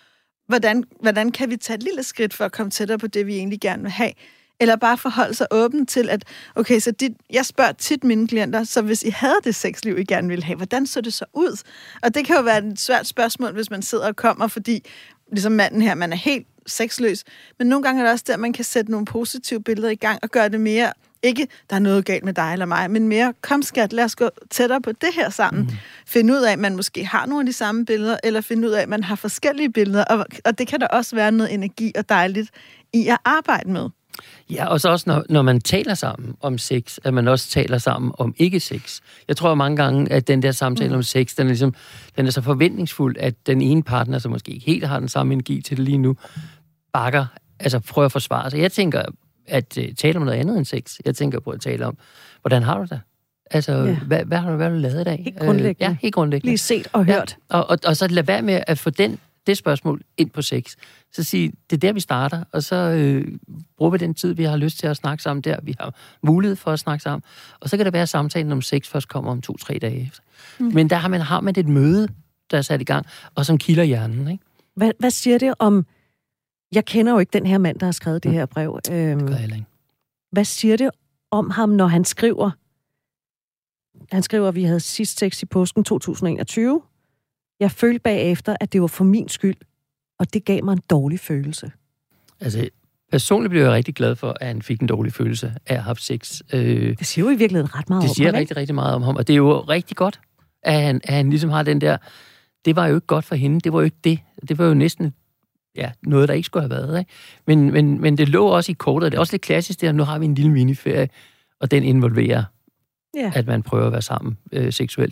hvordan kan vi tage et lille skridt for at komme tættere på det, vi egentlig gerne vil have? Eller bare forholde sig åben til, at okay, så jeg spørger tit mine klienter, så hvis I havde det sexliv, I gerne ville have, hvordan så det så ud? Og det kan jo være et svært spørgsmål, hvis man sidder og kommer, fordi ligesom manden her, man er helt sexløs. Men nogle gange er det også der, man kan sætte nogle positive billeder i gang og gøre det mere, ikke der er noget galt med dig eller mig, men mere, kom skat, lad os gå tættere på det her sammen. Finde ud af, at man måske har nogle af de samme billeder, eller finde ud af, at man har forskellige billeder, og det kan der også være noget energi og dejligt i at arbejde med. Ja, og så også, når man taler sammen om sex, at man også taler sammen om ikke-sex. Jeg tror mange gange, at den der samtale om sex, den er så forventningsfuld, at den ene partner, som måske ikke helt har den samme energi til det lige nu, bakker, altså prøver at forsvare sig. Jeg tænker at tale om noget andet end sex. Jeg tænker på at tale om, hvordan har du det? Altså, hvad har du lavet i dag? Helt grundlæggende. Helt grundlæggende. Lige set og hørt. Ja. Og så lad være med at få det spørgsmål ind på sex. Så sige, det er der, vi starter, og så bruger vi den tid, vi har lyst til at snakke sammen der. Vi har mulighed for at snakke sammen. Og så kan det være, at samtalen om sex først kommer om 2-3 dage efter. Men der har man et møde, der er sat i gang, og som kilder hjernen, ikke? Hvad siger det om... Jeg kender jo ikke den her mand, der har skrevet det her brev. Det gør jeg ikke. Hvad siger det om ham, når han skriver... Han skriver, at vi havde sidst sex i påsken 2021. Jeg følte bagefter, at det var for min skyld, og det gav mig en dårlig følelse. Altså, personligt blev jeg rigtig glad for, at han fik en dårlig følelse af at have haft sex. Det siger jo i virkeligheden ret meget om ham. Det siger rigtig, rigtig meget om ham, og det er jo rigtig godt, at han ligesom har den der... Det var jo ikke godt for hende, det var jo ikke det. Det var jo næsten noget, der ikke skulle have været. Ikke? Men det lå også i kortet, det er også lidt klassisk der, nu har vi en lille miniferie, og den involverer, at man prøver at være sammen seksuelt.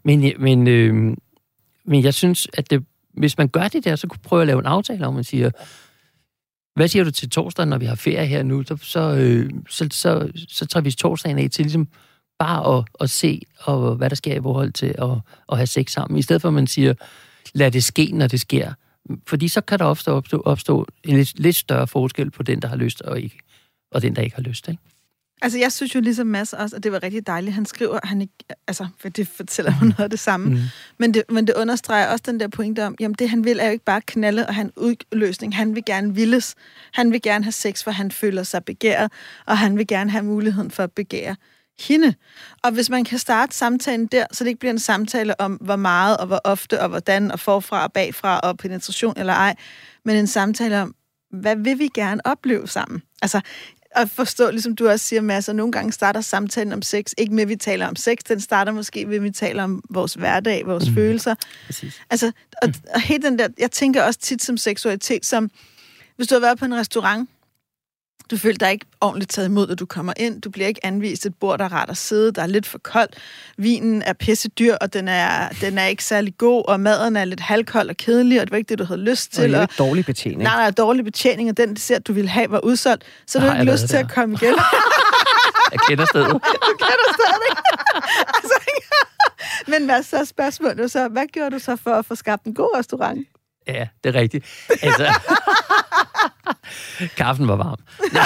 Men jeg synes, at hvis man gør det der, så kunne prøve at lave en aftale om, man siger, hvad siger du til torsdag, når vi har ferie her nu? Så tager vi torsdagen af til ligesom bare at se, og hvad der sker i forhold til at have sex sammen. I stedet for, at man siger, lad det ske, når det sker. Fordi så kan der opstå en lidt større forskel på den, der har lyst, og den, der ikke har lyst, ikke? Altså, jeg synes jo ligesom Mads også, at det var rigtig dejligt. Han skriver, han ikke... Altså, for det fortæller jo noget af det samme. Men det understreger også den der pointe om, jamen det han vil er jo ikke bare knalde og have en udløsning. Han vil gerne villes. Han vil gerne have sex, for han føler sig begæret. Og han vil gerne have muligheden for at begære hende. Og hvis man kan starte samtalen der, så det ikke bliver en samtale om, hvor meget og hvor ofte og hvordan og forfra og bagfra og penetration eller ej, men en samtale om, hvad vil vi gerne opleve sammen? Altså, at forstå, ligesom du også siger, Mads, at nogle gange starter samtalen om sex, ikke med, at vi taler om sex, den starter måske ved, at vi taler om vores hverdag, vores følelser. Præcis. Altså, og helt den der, jeg tænker også tit som seksualitet, som, hvis du har været på en restaurant, du føler dig ikke ordentligt taget imod, at du kommer ind, du bliver ikke anvist et bord, der er rart at sidde, der er lidt for koldt, vinen er pisse dyr, og den er ikke særlig god, og maden er lidt halvkold og kedelig, og det var ikke det, du havde lyst til. Og det er ikke dårlig betjening. Nej, dårlig betjening, og den dessert, du ville have, var udsolgt, så du har ikke lyst til at komme igen. Jeg kender stedet. Du kender stedet, ikke? Altså, men hvad så spørgsmålet så? Hvad gjorde du så for at få skabt en god restaurant? Ja, det er rigtigt. Altså, kaffen var varm.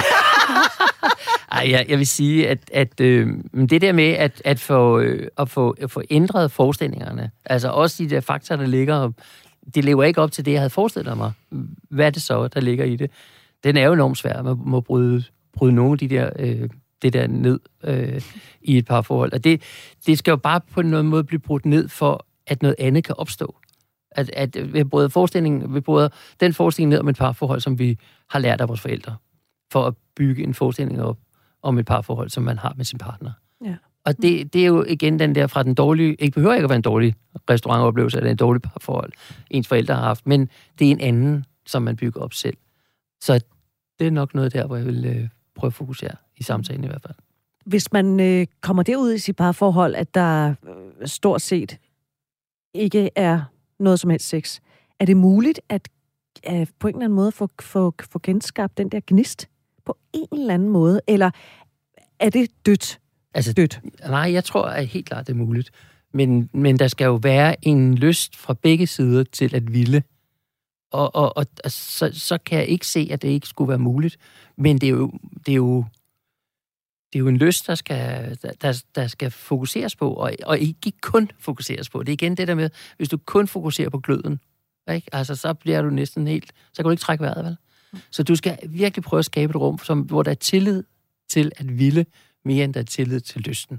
Ej, jeg vil sige, at det der med at få ændret forestillingerne, altså også de der fakta, der ligger, det lever ikke op til det, jeg havde forestillet mig. Hvad er det så, der ligger i det? Den er jo enormt svær. Man må bryde nogle af de der... det der ned i et parforhold. Og det skal jo bare på en måde blive brudt ned, for at noget andet kan opstå. At vi bryder den forestilling ned om et parforhold, som vi har lært af vores forældre, for at bygge en forestilling op om et parforhold, som man har med sin partner. Ja. Og det er jo igen den der fra den dårlige, ikke behøver ikke at være en dårlig restaurantoplevelse, eller en dårlig parforhold, ens forældre har haft, men det er en anden, som man bygger op selv. Så det er nok noget der, hvor jeg vil prøve at fokusere i samtalen i hvert fald. Hvis man kommer derud i sit parforhold, at der stort set ikke er noget som helst sex, er det muligt at på en eller anden måde få genskabt den der gnist på en eller anden måde, eller er det dødt? Altså, dødt? Nej, jeg tror at helt klart, det er muligt. Men der skal jo være en lyst fra begge sider til at ville. Og så kan jeg ikke se, at det ikke skulle være muligt. Men det er jo en lyst, der skal fokuseres på, og ikke kun fokuseres på. Det er igen det der med, hvis du kun fokuserer på gløden, ikke? Altså, så bliver du næsten helt... Så kan du ikke trække vejret, vel? Så du skal virkelig prøve at skabe et rum, hvor der er tillid til at ville, mere end der er tillid til lysten.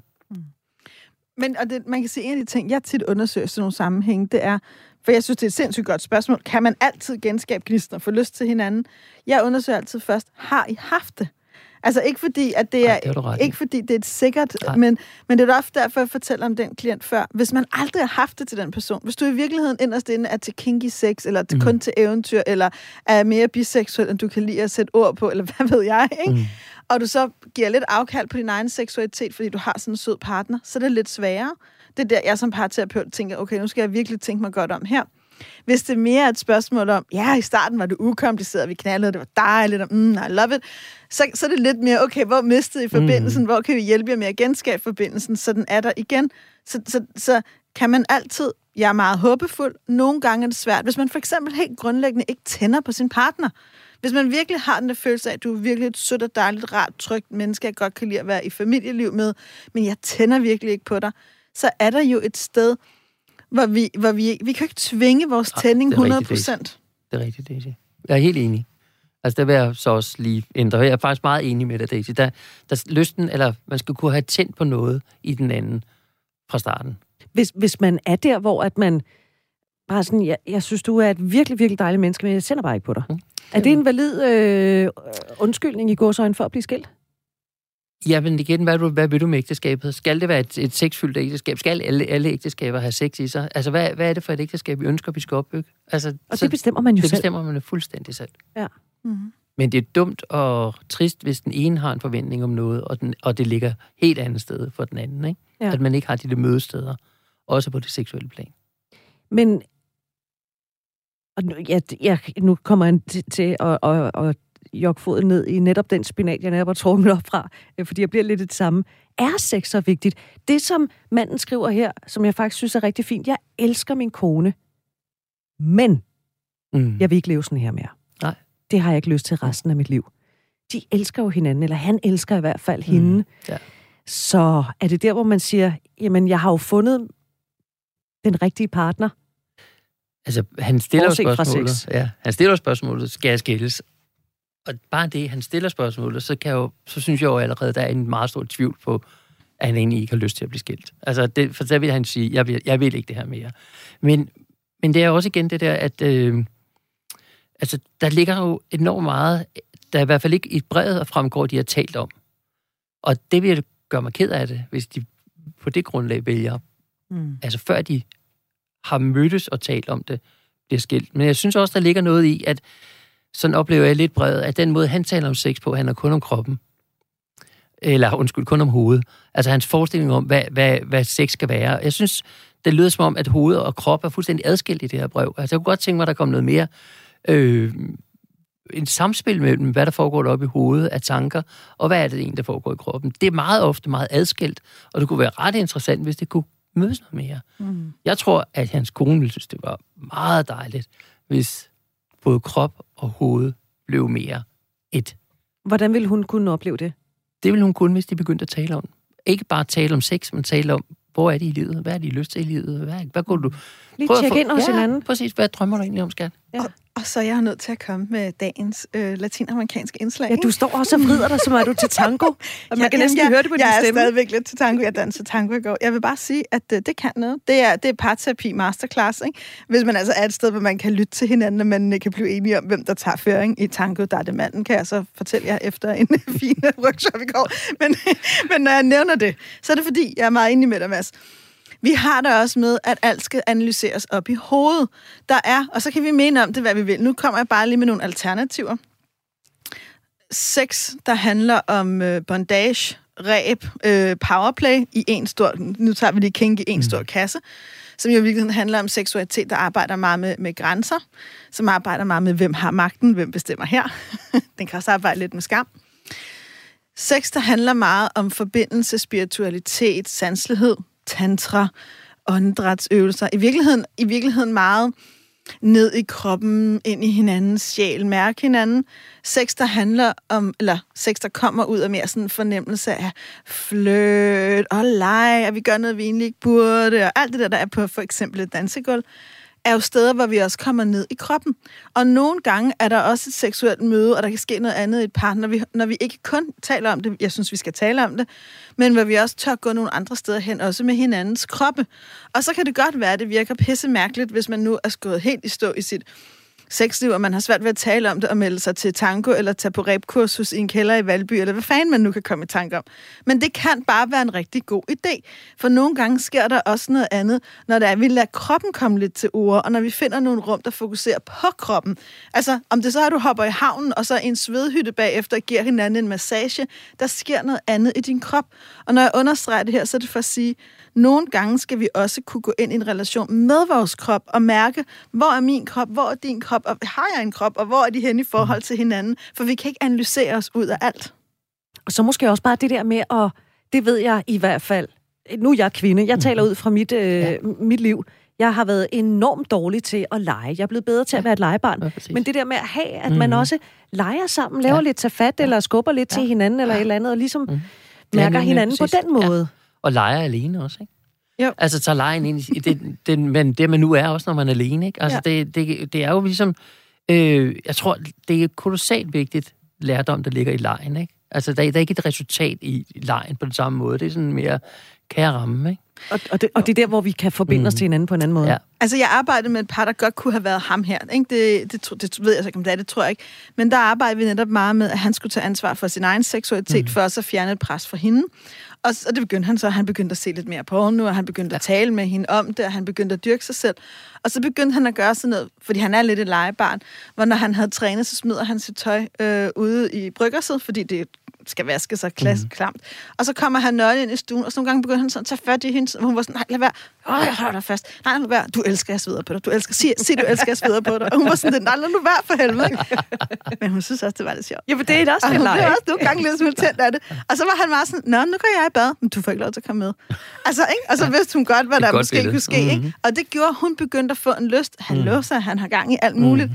Men og det, man kan se, en af de ting, jeg tit undersøger sådan nogle sammenhænge, det er, for jeg synes, det er et sindssygt godt spørgsmål, kan man altid genskabe gnisten og få lyst til hinanden? Jeg undersøger altid først, har I haft det? Altså ikke fordi, at det er, ikke fordi det er et sikkert, men det er ofte derfor, jeg fortæller om den klient før. Hvis man aldrig har haft det til den person, hvis du i virkeligheden inderst inde er til kinky sex, eller til kun til eventyr, eller er mere biseksuel, end du kan lide at sætte ord på, eller hvad ved jeg, ikke? Og du så giver lidt afkald på din egen seksualitet, fordi du har sådan en sød partner, så er det lidt sværere. Det er der, jeg som parterapeut tænker, okay, nu skal jeg virkelig tænke mig godt om her. Hvis det mere er et spørgsmål om, ja, i starten var det ukompliceret, vi knaldede, det var dejligt, og I love it, så er det lidt mere, okay, hvor mistede I forbindelsen, hvor kan vi hjælpe jer med at genskabe forbindelsen, så den er der igen. Så kan man altid, jeg er meget håbefuld, nogle gange er det svært, hvis man for eksempel helt grundlæggende ikke tænder på sin partner. Hvis man virkelig har den der følelse af, at du er virkelig et sødt og dejligt, rart, trygt menneske, jeg godt kan lide at være i familieliv med, men jeg tænder virkelig ikke på dig, så er der jo et sted, hvor vi kan ikke tvinge vores tænding 100%. Det er rigtigt, Daisy. Jeg er helt enig. Altså, der vil jeg så også lige ændre. Jeg er faktisk meget enig med dig, Daisy. Der lysten, eller man skal kunne have tændt på noget i den anden fra starten. Hvis man er der, hvor at man bare sådan, jeg synes, du er et virkelig, virkelig dejligt menneske, men jeg sender bare ikke på dig. Er det en valid undskyldning i gåseøjne for at blive skilt? Ja, men igen, hvad vil du med ægteskabet? Skal det være et sexfyldt ægteskab? Skal alle ægteskaber have sex i sig? Altså, hvad er det for et ægteskab, vi ønsker, vi skal opbygge? Altså, og det bestemmer man jo selv. Det bestemmer man jo fuldstændig selv. Ja. Mm-hmm. Men det er dumt og trist, hvis den ene har en forventning om noget, og det ligger helt andet sted for den anden, ikke? Ja. At man ikke har de mødesteder, også på det seksuelle plan. Men og nu kommer jeg til at jogge foden ned i netop den spinat, jeg netop har trukket op fra, fordi jeg bliver lidt det samme. Er sex så vigtigt? Det, som manden skriver her, som jeg faktisk synes er rigtig fint, jeg elsker min kone, men jeg vil ikke leve sådan her mere. Nej. Det har jeg ikke lyst til resten af mit liv. De elsker jo hinanden, eller han elsker i hvert fald hende. Ja. Så er det der, hvor man siger, jamen, jeg har jo fundet den rigtige partner. Altså, han stiller spørgsmålet, skal jeg skilles? Og bare det, han stiller spørgsmålet, så synes jeg jo allerede, der er en meget stor tvivl på, at han egentlig ikke har lyst til at blive skilt. Altså, for så vil han sige, jeg vil ikke det her mere. Men det er også igen det der, at altså, der ligger jo enormt meget, der i hvert fald ikke i brevet fremgår, de har talt om. Og det vil gøre mig ked af det, hvis de på det grundlag vælger. Altså, før de har mødtes og talt om det, bliver skilt. Men jeg synes også, der ligger noget i, at sådan oplever jeg lidt brevet, at den måde, han taler om sex på, han er kun om kroppen. Eller, kun om hovedet. Altså hans forestilling om, hvad sex skal være. Jeg synes, det lyder som om, at hoved og krop er fuldstændig adskilt i det her brev. Altså jeg kunne godt tænke mig, at der kom noget mere en samspil mellem, hvad der foregår deroppe i hovedet af tanker, og hvad er det egentlig, der foregår i kroppen. Det er meget ofte meget adskilt, og det kunne være ret interessant, hvis det kunne mødes noget mere. Jeg tror, at hans kone ville synes, det var meget dejligt, hvis både krop og hoved blev mere et. Hvordan ville hun kunne opleve det? Det ville hun kunne, hvis de begyndte at tale om. Ikke bare tale om sex, men tale om, hvor er det i livet? Hvad er det, I lyst til i livet? Hvad går du? Lige tjekke ind hos hinanden. Præcis. Hvad drømmer du egentlig om, skat? Ja. Og så er jeg nødt til at komme med dagens latinamerikanske indslag. Ja, du står også og vrider dig, som er du til tango. Og man kan næsten høre det på din stemme. Jeg er stadigvæk lidt til tango. Jeg dansede tango i går. Jeg vil bare sige, at det kan noget. Det er parterapi masterclass, ikke? Hvis man altså er et sted, hvor man kan lytte til hinanden, og man kan blive enige om, hvem der tager føring i tango. Der er det manden, kan jeg så fortælle jer efter en fin workshop i går. Men når jeg nævner det, så er det fordi, jeg er meget enig med dig, Mads. Vi har der også med, at alt skal analyseres op i hovedet. Der er, og så kan vi mene om det, hvad vi vil. Nu kommer jeg bare lige med nogle alternativer. Sex, der handler om bondage, ræb, powerplay i en stor, nu tager vi lige kink i en stor kasse, som jo i virkeligheden handler om seksualitet, der arbejder meget med grænser, som arbejder meget med, hvem har magten, hvem bestemmer her. Den kan også arbejde lidt med skam. Sex, der handler meget om forbindelse, spiritualitet, sanselighed, tantra, åndedrætsøvelser. I virkeligheden meget ned i kroppen, ind i hinandens sjæl, mærke hinanden. Sex, der handler om, eller sex, der kommer ud af mere sådan en fornemmelse af flirt og leg, at vi gør noget, vi egentlig ikke burde, og alt det der er på for eksempel et dansegulv, er jo steder, hvor vi også kommer ned i kroppen. Og nogle gange er der også et seksuelt møde, og der kan ske noget andet i et par, når vi ikke kun taler om det, jeg synes, vi skal tale om det, men hvor vi også tør gå nogle andre steder hen, også med hinandens kroppe. Og så kan det godt være, at det virker pisse mærkeligt, hvis man nu er gået helt i stå i sit sexliv, og man har svært ved at tale om det, og melde sig til tango, eller tage på rebkursus i en kælder i Valby, eller hvad fanden man nu kan komme i tanke om. Men det kan bare være en rigtig god idé. For nogle gange sker der også noget andet, når det er, at vi lader kroppen komme lidt til ord, og når vi finder nogle rum, der fokuserer på kroppen. Altså, om det så er, at du hopper i havnen, og så en svedhytte bagefter, og giver hinanden en massage, der sker noget andet i din krop. Og når jeg understreger det her, så er det for at sige, nogle gange skal vi også kunne gå ind i en relation med vores krop og mærke, hvor er min krop, hvor er din krop, og har jeg en krop, og hvor er de henne i forhold til hinanden? For vi kan ikke analysere os ud af alt. Og så måske også bare det der med, og det ved jeg i hvert fald, nu er jeg kvinde, jeg taler ud fra mit liv. Jeg har været enormt dårlig til at lege. Jeg er blevet bedre til at være et legebarn. Ja, men det der med at have, at man også leger sammen, laver lidt tafat, eller skubber lidt til hinanden, eller et eller andet, og ligesom mærker hinanden på den måde. Ja. Og leger alene også, ikke? Jo. Altså tager legen ind i men det man nu er også, når man er alene, ikke? Altså det er jo ligesom, jeg tror, det er kolossalt vigtigt lærdom, der ligger i legen, ikke? Altså der er ikke et resultat i legen på den samme måde. Det er sådan mere kære ramme, ikke? Og det er der, hvor vi kan forbinde os til hinanden på en anden måde. Ja. Altså, jeg arbejdede med et par, der godt kunne have været ham her. Ikke? Det ved jeg så ikke, om det er, det tror jeg ikke. Men der arbejdede vi netop meget med, at han skulle tage ansvar for sin egen seksualitet, for så fjerne et pres for hende. Og det begyndte han så, han begyndte at se lidt mere på nu, og han begyndte at tale med hende om det, og han begyndte at dyrke sig selv. Og så begyndte han at gøre sådan noget, fordi han er lidt et legebarn, hvor når han havde trænet, så smider han sit tøj ude i bryggerset, fordi det skal vaske sig klamt. Og så kommer han nøgen ind i stuen, og så nogle gange begynder han sådan at tage fat i hende, og hun var sådan, nej, lad være. Jeg holder dig fast. Nej, lad være. Du elsker, jeg sveder på dig. Du elsker, sig du elsker, jeg sveder på dig. Og hun var sådan, nej, lad nu være for helvede. Men hun synes også, det var lidt sjovt. Ja, men det er også lidt lege. Og hun blev også nogle gange lidt smule tændt af det. Og så var han meget sådan, nå, nu går jeg i bad, men du får ikke lov til at komme med. Altså, ikke? Og så vidste hun godt, hvad der måske kunne ske, ikke? Og det gjorde, hun begyndte at få en lyst. Han låser, han har gang i alt muligt.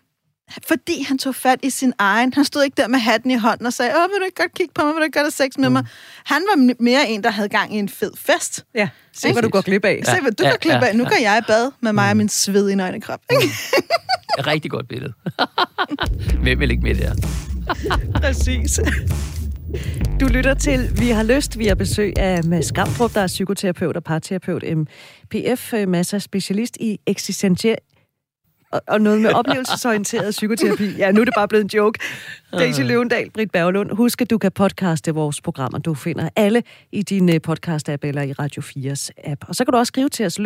Fordi han tog fat i sin egen. Han stod ikke der med hatten i hånden og sagde, vil du ikke godt kigge på mig, vil du ikke godt have sex med mig? Han var mere en, der havde gang i en fed fest. Ja, se hvad du går glip af. Se hvad du går glip af. Nu går jeg i bad med mig og min sved i nøgne krop. Rigtig godt billede. Hvem vil ikke med det her? Præcis. Du lytter til Vi har lyst. Vi har besøg af Mads Gavdrup, der er psykoterapeut og parterapeut, MPF, masser af specialist i eksistentiel og noget med oplevelsesorienteret psykoterapi. Ja, nu er det bare blevet en joke. Daisy Løvendal, Britt Berglund. Husk, at du kan podcaste vores programmer. Du finder alle i din podcast-app eller i Radio 4's app. Og så kan du også skrive til os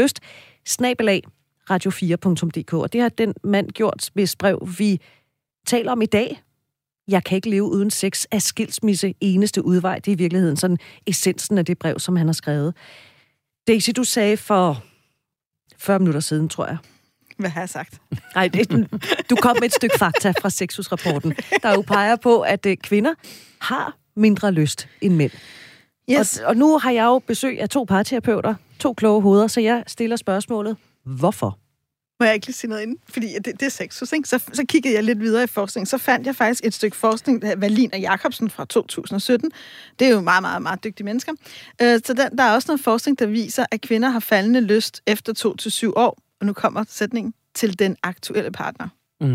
lyst@radio4.dk. Og det har den mand gjort, hvis brev vi taler om i dag. Jeg kan ikke leve uden sex af skilsmisse eneste udvej. Det er i virkeligheden sådan essensen af det brev, som han har skrevet. Daisy, du sagde for 40 minutter siden, tror jeg. Hvad har jeg sagt? Nej, du kom med et stykke fakta fra Sexus-rapporten, der jo peger på, at kvinder har mindre lyst end mænd. Yes. Og nu har jeg jo besøg af 2 parterapeuter, 2 kloge hoveder, så jeg stiller spørgsmålet, hvorfor? Må jeg ikke lige sige noget inden? Fordi det er Sexus, ikke? Så kiggede jeg lidt videre i forskning. Så fandt jeg faktisk et stykke forskning af Wallin og Jacobsen fra 2017. Det er jo meget, meget, meget dygtige mennesker. Så der er også noget forskning, der viser, at kvinder har faldende lyst efter 2 til 7 år. Og nu kommer sætningen til den aktuelle partner. Da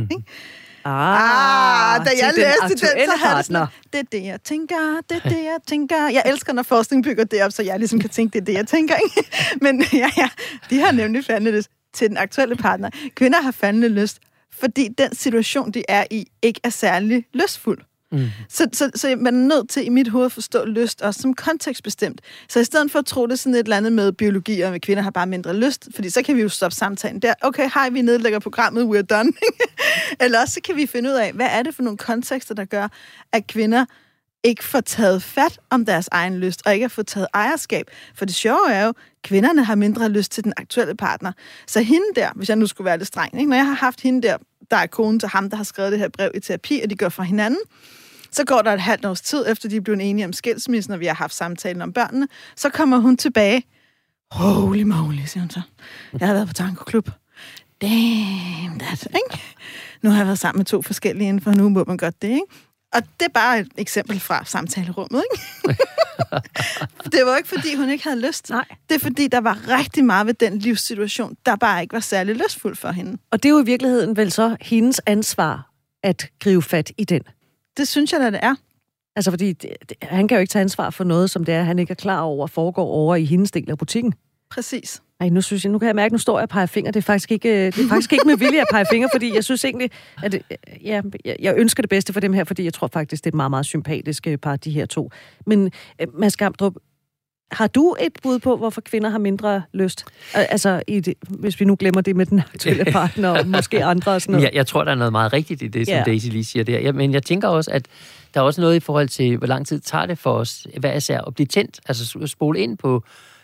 jeg læste den, så havde det sådan, det er det, jeg tænker, det er det, jeg tænker. Jeg elsker, når forskning bygger det op, så jeg ligesom kan tænke, det er det, jeg tænker. Ikke? Men de har nemlig faldende lyst til den aktuelle partner. Kvinder har faldende lyst, fordi den situation, de er i, ikke er særlig lystfuld. Så man er nødt til i mit hoved at forstå lyst også som kontekstbestemt. Så i stedet for at tro det sådan et eller andet med biologi, og med kvinder har bare mindre lyst, fordi så kan vi jo stoppe samtalen der. Okay, hej, vi nedlægger programmet, we're done. Eller også så kan vi finde ud af, hvad er det for nogle kontekster, der gør, at kvinder ikke får taget fat om deres egen lyst, og ikke har fået taget ejerskab. For det sjove er jo, kvinderne har mindre lyst til den aktuelle partner. Så hende der, hvis jeg nu skulle være lidt streng, ikke? Når jeg har haft hende der er konen til ham, der har skrevet det her brev i terapi, og de gør fra hinanden, så går der et halvt års tid, efter de er blevet enige om skilsmissen, og vi har haft samtalen om børnene, så kommer hun tilbage. Holy moly, siger hun så. Jeg har været på tangoklub. Damn that, ikke? Nu har jeg været sammen med 2 forskellige inden for nu, må man godt det, ikke? Og det er bare et eksempel fra samtalerummet, ikke? Det var ikke, fordi hun ikke havde lyst. Nej. Det er, fordi der var rigtig meget ved den livssituation, der bare ikke var særlig lystfuld for hende. Og det er jo i virkeligheden vel så hendes ansvar at gribe fat i den. Det synes jeg, at det er. Altså, fordi han kan jo ikke tage ansvar for noget, som det er, han ikke er klar over, foregår over i hendes del af butikken. Præcis. Ej, nu kan jeg mærke, nu står jeg og peger fingre. Det er faktisk ikke med vilje at pege fingre, fordi jeg synes egentlig, at jeg ønsker det bedste for dem her, fordi jeg tror faktisk, det er et meget, meget sympatisk par, de her to. Men Mads Gamdrup, har du et bud på, hvorfor kvinder har mindre lyst? Altså, hvis vi nu glemmer det med den aktuelle partner, og måske andre og sådan noget. Jeg tror, der er noget meget rigtigt i det, som Daisy lige siger der. Men jeg tænker også, at der er også noget i forhold til, hvor lang tid tager det for os, hvad især at blive tændt, altså spole ind på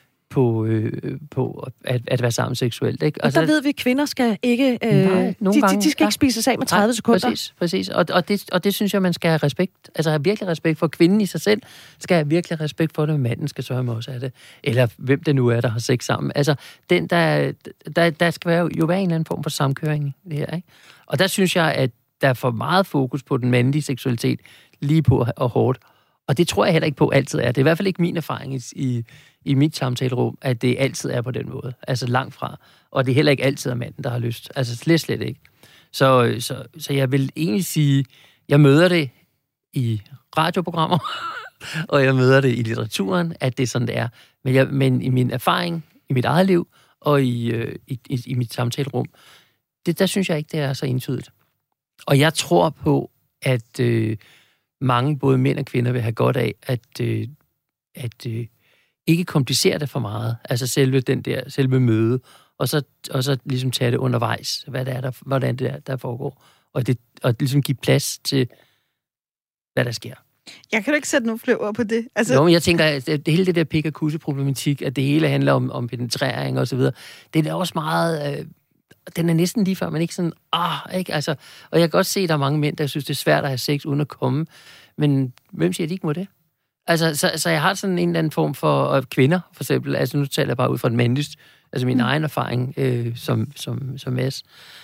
at være sammen seksuelt. Ikke? Altså, og der ved vi, at kvinder skal ikke... de skal ikke spise sig af med 30 sekunder. Præcis. Og det synes jeg, man skal have respekt. Altså have virkelig respekt for kvinden i sig selv. Skal have virkelig respekt for det, manden skal sørge med også af det. Eller hvem det nu er, der har sex sammen. Altså, der skal jo være en eller anden form for samkøring. Det her, ikke? Og der synes jeg, at der er for meget fokus på den mandlige seksualitet, lige på og hårdt. Og det tror jeg heller ikke på altid er. Det er i hvert fald ikke min erfaring i mit samtalerum, at det altid er på den måde. Altså langt fra. Og det er heller ikke altid er manden, der har lyst. Altså slet ikke. Så jeg vil egentlig sige, jeg møder det i radioprogrammer, og jeg møder det i litteraturen, at det er sådan, det er. Men i min erfaring, i mit eget liv, og i mit samtalerum, der synes jeg ikke, det er så entydigt. Og jeg tror på, at mange, både mænd og kvinder, vil have godt af, at ikke komplicere det for meget. Altså selve møde, og så ligesom tage det undervejs, hvordan det er, der foregår. Og ligesom give plads til, hvad der sker. Jeg kan jo ikke sætte nogle flere ord på det. Altså... Jo, men jeg tænker, at hele det der pik- og kusse-problematik, at det hele handler om penetrering og så videre, det er også meget... den er næsten lige før, men ikke sådan, ikke? Altså, og jeg kan godt se, at der er mange mænd, der synes, det er svært at have sex uden at komme, men hvem siger, at de ikke må det? Altså, så jeg har sådan en eller anden form for kvinder, for eksempel, altså nu taler jeg bare ud fra den mandlige, altså min egen erfaring som Mads,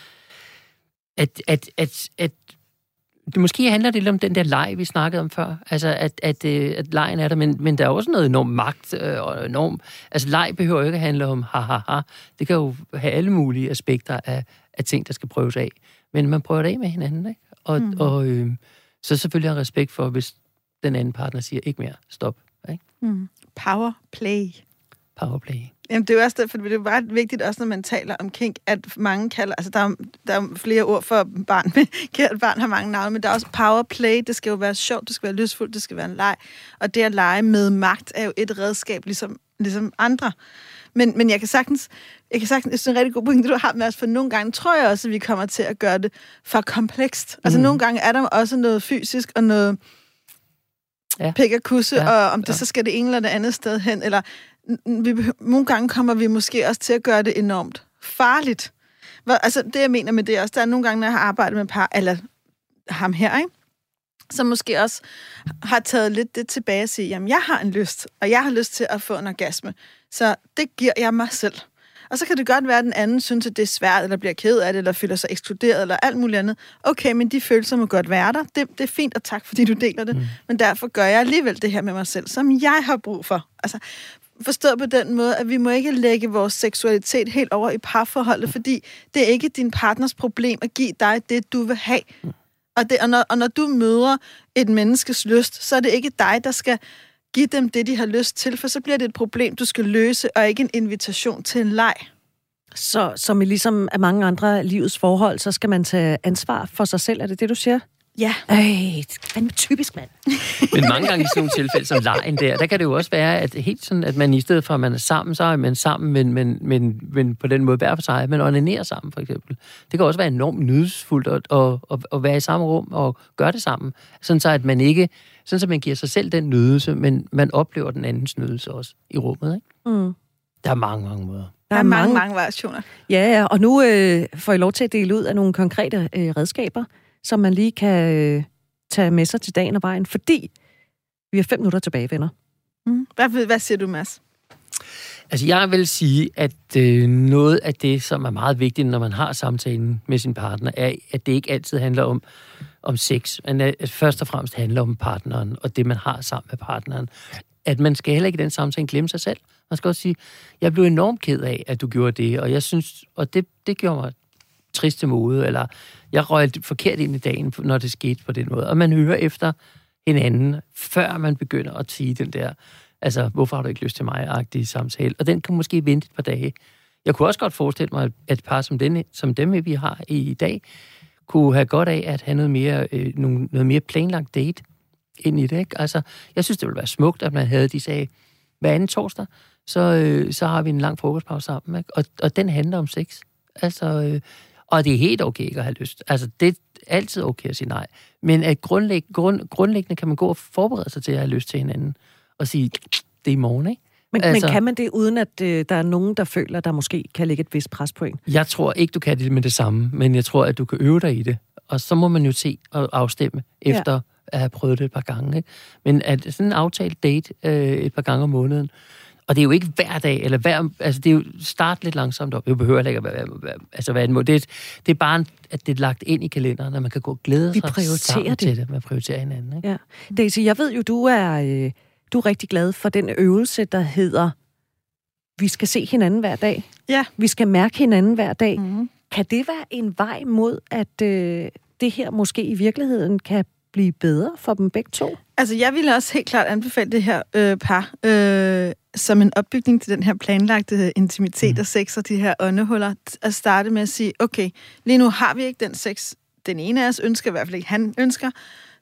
at det måske handler det lidt om den der leg, vi snakkede om før. Altså, at legen er der, men der er også noget enormt magt og enormt... Altså, leg behøver jo ikke at handle om ha-ha-ha. Det kan jo have alle mulige aspekter af ting, der skal prøves af. Men man prøver det af med hinanden, ikke? Og så selvfølgelig har respekt for, hvis den anden partner siger, ikke mere, stop. Ikke? Powerplay. Powerplay. Jamen, det er jo også derfor, det er bare vigtigt, også når man taler om kink, at mange kalder, altså der er flere ord for barn, men kært barn har mange navne, men der er også powerplay, det skal jo være sjovt, det skal være lystfuldt, det skal være en leg, og det at lege med magt er jo et redskab, ligesom andre. Men jeg kan sagtens, jeg synes, en rigtig god point, du har med os, for nogle gange tror jeg også, at vi kommer til at gøre det for komplekst. Altså nogle gange er der også noget fysisk, og noget pik og kusse, og om det så skal det ene eller det andet sted hen, eller nogle gange kommer vi måske også til at gøre det enormt farligt. Altså, det jeg mener med det også, der er nogle gange, når jeg har arbejdet med par, eller ham her, ikke? Som måske også har taget lidt det tilbage og sige, jamen, jeg har en lyst, og jeg har lyst til at få en orgasme, så det giver jeg mig selv. Og så kan det godt være, at den anden synes, at det er svært, eller bliver ked af det, eller føler sig ekskluderet, eller alt muligt andet. Okay, men de følelser må godt være der. Det er fint, og tak, fordi du deler det. Men derfor gør jeg alligevel det her med mig selv, som jeg har brug for. Altså, forstået på den måde, at vi må ikke lægge vores seksualitet helt over i parforholdet, fordi det er ikke din partners problem at give dig det, du vil have. Og når du møder et menneskes lyst, så er det ikke dig, der skal give dem det, de har lyst til, for så bliver det et problem, du skal løse, og ikke en invitation til en leg. Så som i ligesom af mange andre livets forhold, så skal man tage ansvar for sig selv, er det det, du siger? Ja. Fandme typisk, mand. Men mange gange i sådan nogle tilfælde som lejen der kan det jo også være, at helt sådan, at man i stedet for, at man er sammen, så er man sammen, men på den måde hver for sig, men onanerer sammen, for eksempel. Det kan også være enormt nydelsesfuldt at være i samme rum og gøre det sammen. Sådan så, at man ikke, sådan så man giver sig selv den nydelse, men man oplever den andens nydelse også i rummet, ikke? Der er mange måder. Der er mange variationer. Ja, og nu får I lov til at dele ud af nogle konkrete redskaber, som man lige kan tage med sig til dagen og vejen, fordi vi har 5 minutter tilbage, venner. Hvad siger du, Mads? Altså, jeg vil sige, at noget af det, som er meget vigtigt, når man har samtalen med sin partner, er, at det ikke altid handler om sex, men at først og fremmest handler om partneren, og det, man har sammen med partneren. At man skal heller ikke i den samtale glemme sig selv. Man skal også sige, jeg blev enormt ked af, at du gjorde det, og jeg synes, og det gjorde mig trist til mode, eller jeg røg forkert ind i dagen, når det skete på den måde. Og man hører efter hinanden, før man begynder at sige den der, altså, hvorfor har du ikke lyst til mig-agtige samtale? Og den kan måske vente et par dage. Jeg kunne også godt forestille mig, at et par som dem, vi har i dag, kunne have godt af at have noget mere planlagt date ind i det, ikke? Altså, jeg synes, det ville være smukt, at man havde, de sagde, hver anden torsdag, så har vi en lang frokostpause sammen, ikke? Og den handler om sex. Altså, og det er helt okay ikke at have lyst. Altså, det er altid okay at sige nej. Men at grundlæggende kan man gå og forberede sig til at have lyst til hinanden, og sige, det er i morgen, ikke? Men kan man det, uden at der er nogen, der føler, at der måske kan ligge et vist pres på en? Jeg tror ikke, du kan det med det samme, men jeg tror, at du kan øve dig i det. Og så må man jo se og afstemme efter at have prøvet det et par gange, ikke? Men at sådan en aftalt date et par gange om måneden, og det er jo ikke hver dag, altså det er jo start lidt langsomt op. Jeg behøver ikke at være en måde. Det er bare, at det er lagt ind i kalenderen, at man kan gå og glæde sig sammen til det. Man prioriterer hinanden, ikke? Ja. Daisy, jeg ved jo, du er rigtig glad for den øvelse, der hedder, vi skal se hinanden hver dag. Ja. Vi skal mærke hinanden hver dag. Mm-hmm. Kan det være en vej mod, at det her måske i virkeligheden kan blive bedre for dem begge to? Altså, jeg ville også helt klart anbefale det her par som en opbygning til den her planlagte intimitet og sex og de her åndehuller. At starte med at sige, okay, lige nu har vi ikke den sex, den ene af os ønsker, i hvert fald ikke han ønsker.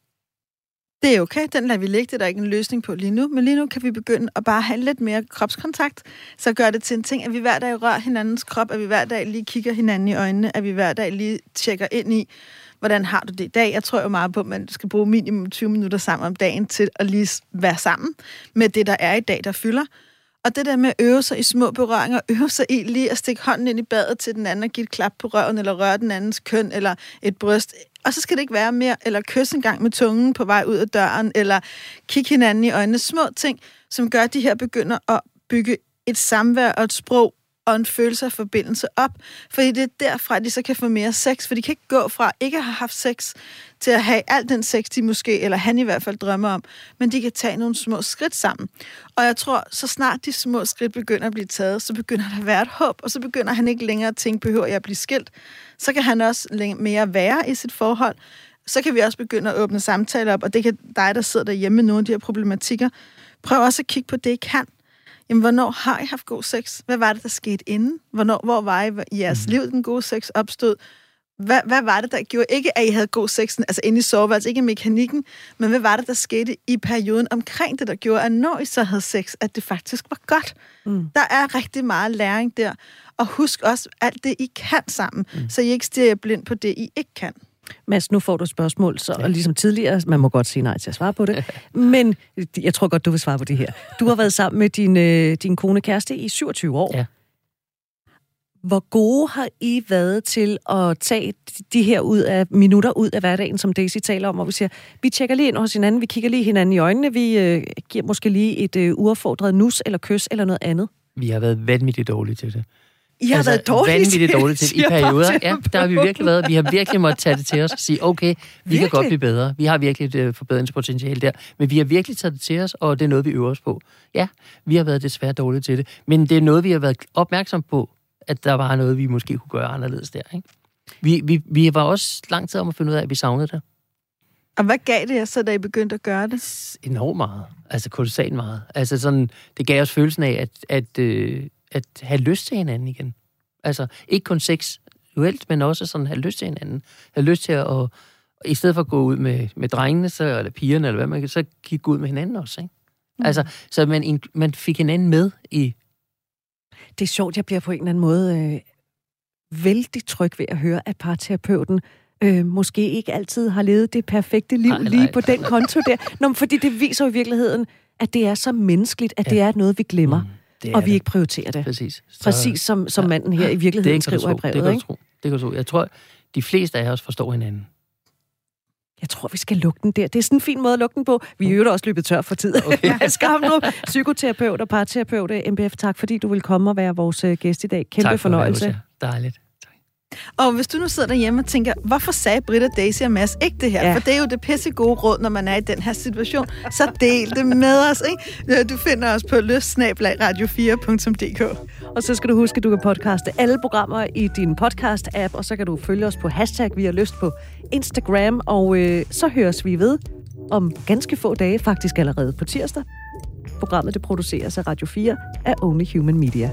Det er okay, den lader vi ligge, det er der ikke en løsning på lige nu, men lige nu kan vi begynde at bare have lidt mere kropskontakt, så gør det til en ting, at vi hver dag rører hinandens krop, at vi hver dag lige kigger hinanden i øjnene, at vi hver dag lige tjekker ind i, hvordan har du det i dag? Jeg tror jo meget på, at man skal bruge minimum 20 minutter sammen om dagen til at lige være sammen med det, der er i dag, der fylder. Og det der med at øve sig i små berøringer, øve sig i lige at stikke hånden ind i badet til den anden og give et klap på røven, eller røre den andens køn, eller et bryst. Og så skal det ikke være mere, eller kysse en gang med tungen på vej ud af døren, eller kigge hinanden i øjnene. Små ting, som gør, at de her begynder at bygge et samvær og et sprog, og en følelse af forbindelse op, fordi det er derfra, at de så kan få mere sex, for de kan ikke gå fra ikke at have haft sex, til at have al den sex, de måske, eller han i hvert fald drømmer om, men de kan tage nogle små skridt sammen. Og jeg tror, så snart de små skridt begynder at blive taget, så begynder der at være et håb, og så begynder han ikke længere at tænke, behøver jeg at blive skilt? Så kan han også mere være i sit forhold. Så kan vi også begynde at åbne samtaler op, og det kan dig, der sidder derhjemme med nogle af de her problematikker, prøv også at kigge på det, I kan. Jamen, hvornår har I haft god sex? Hvad var det, der skete inden? Hvor var I jeres liv, den gode sex opstod? Hvad var det, der gjorde ikke, at I havde god sex, altså inde i soveværelset, ikke mekanikken, men hvad var det, der skete i perioden omkring det, der gjorde, at når I så havde sex, at det faktisk var godt? Der er rigtig meget læring der. Og husk også alt det, I kan sammen, så I ikke stirrer blind på det, I ikke kan. Mads, nu får du et spørgsmål, så og ligesom tidligere, man må godt sige nej til at svare på det, men jeg tror godt, du vil svare på det her. Du har været sammen med din kone kæreste i 27 år. Ja. Hvor gode har I været til at tage de her minutter ud af hverdagen, som Daisy taler om, hvor vi siger, vi tjekker lige ind hos hinanden, vi kigger lige hinanden i øjnene, vi giver måske lige et uaffordret nus eller kys eller noget andet? Vi har været vanvittigt dårlige til det. I har været dårlige til i perioder. Ja, der har vi virkelig været. Vi har virkelig måttet tage det til os og sige, okay, vi kan godt blive bedre. Vi har virkelig et forbedringspotentiale der. Men vi har virkelig taget det til os, og det er noget, vi øver os på. Ja, vi har været desværre dårlige til det. Men det er noget, vi har været opmærksom på, at der var noget, vi måske kunne gøre anderledes der. Ikke? Vi var også lang tid om at finde ud af, at vi savnede det. Og hvad gav det jer så, da I begyndte at gøre det? Enormt meget. Altså kolossalt meget. Altså sådan, det gav os følelsen af, at have lyst til hinanden igen. Altså, ikke kun seksuelt, men også sådan have lyst til hinanden. Have lyst til at i stedet for at gå ud med drengene, eller pigerne, eller hvad man kan, så kigge ud med hinanden også, ikke? Altså, så man fik hinanden med i... Det er sjovt, jeg bliver på en eller anden måde vældig tryg ved at høre, at parterapeuten måske ikke altid har levet det perfekte liv lige på den konto der. Nå, fordi det viser jo i virkeligheden, at det er så menneskeligt, at det er noget, vi glemmer. Og vi ikke prioriterer det. Præcis som manden her i virkeligheden skriver i brevet. Det kan du tro. Jeg tror, de fleste af os forstår hinanden. Jeg tror, vi skal lukke den der. Det er sådan en fin måde at lukke den på. Vi er jo også løbet tør for tid. Okay. Skamdrup, psykoterapeut og parterapeut MBF. Tak, fordi du vil komme og være vores gæst i dag. Kæmpe fornøjelse. Dejligt. Og hvis du nu sidder derhjemme og tænker, hvorfor sagde Britta, Daisy og Mads ikke det her? Ja. For det er jo det pissegode råd, når man er i den her situation. Så del det med os, ikke? Du finder os på lyst@radio4.dk. Og så skal du huske, at du kan podcaste alle programmer i din podcast-app, og så kan du følge os på #ViHarLyst på Instagram, og så høres vi ved om ganske få dage, faktisk allerede på tirsdag. Programmet det produceres af Radio 4 af Only Human Media.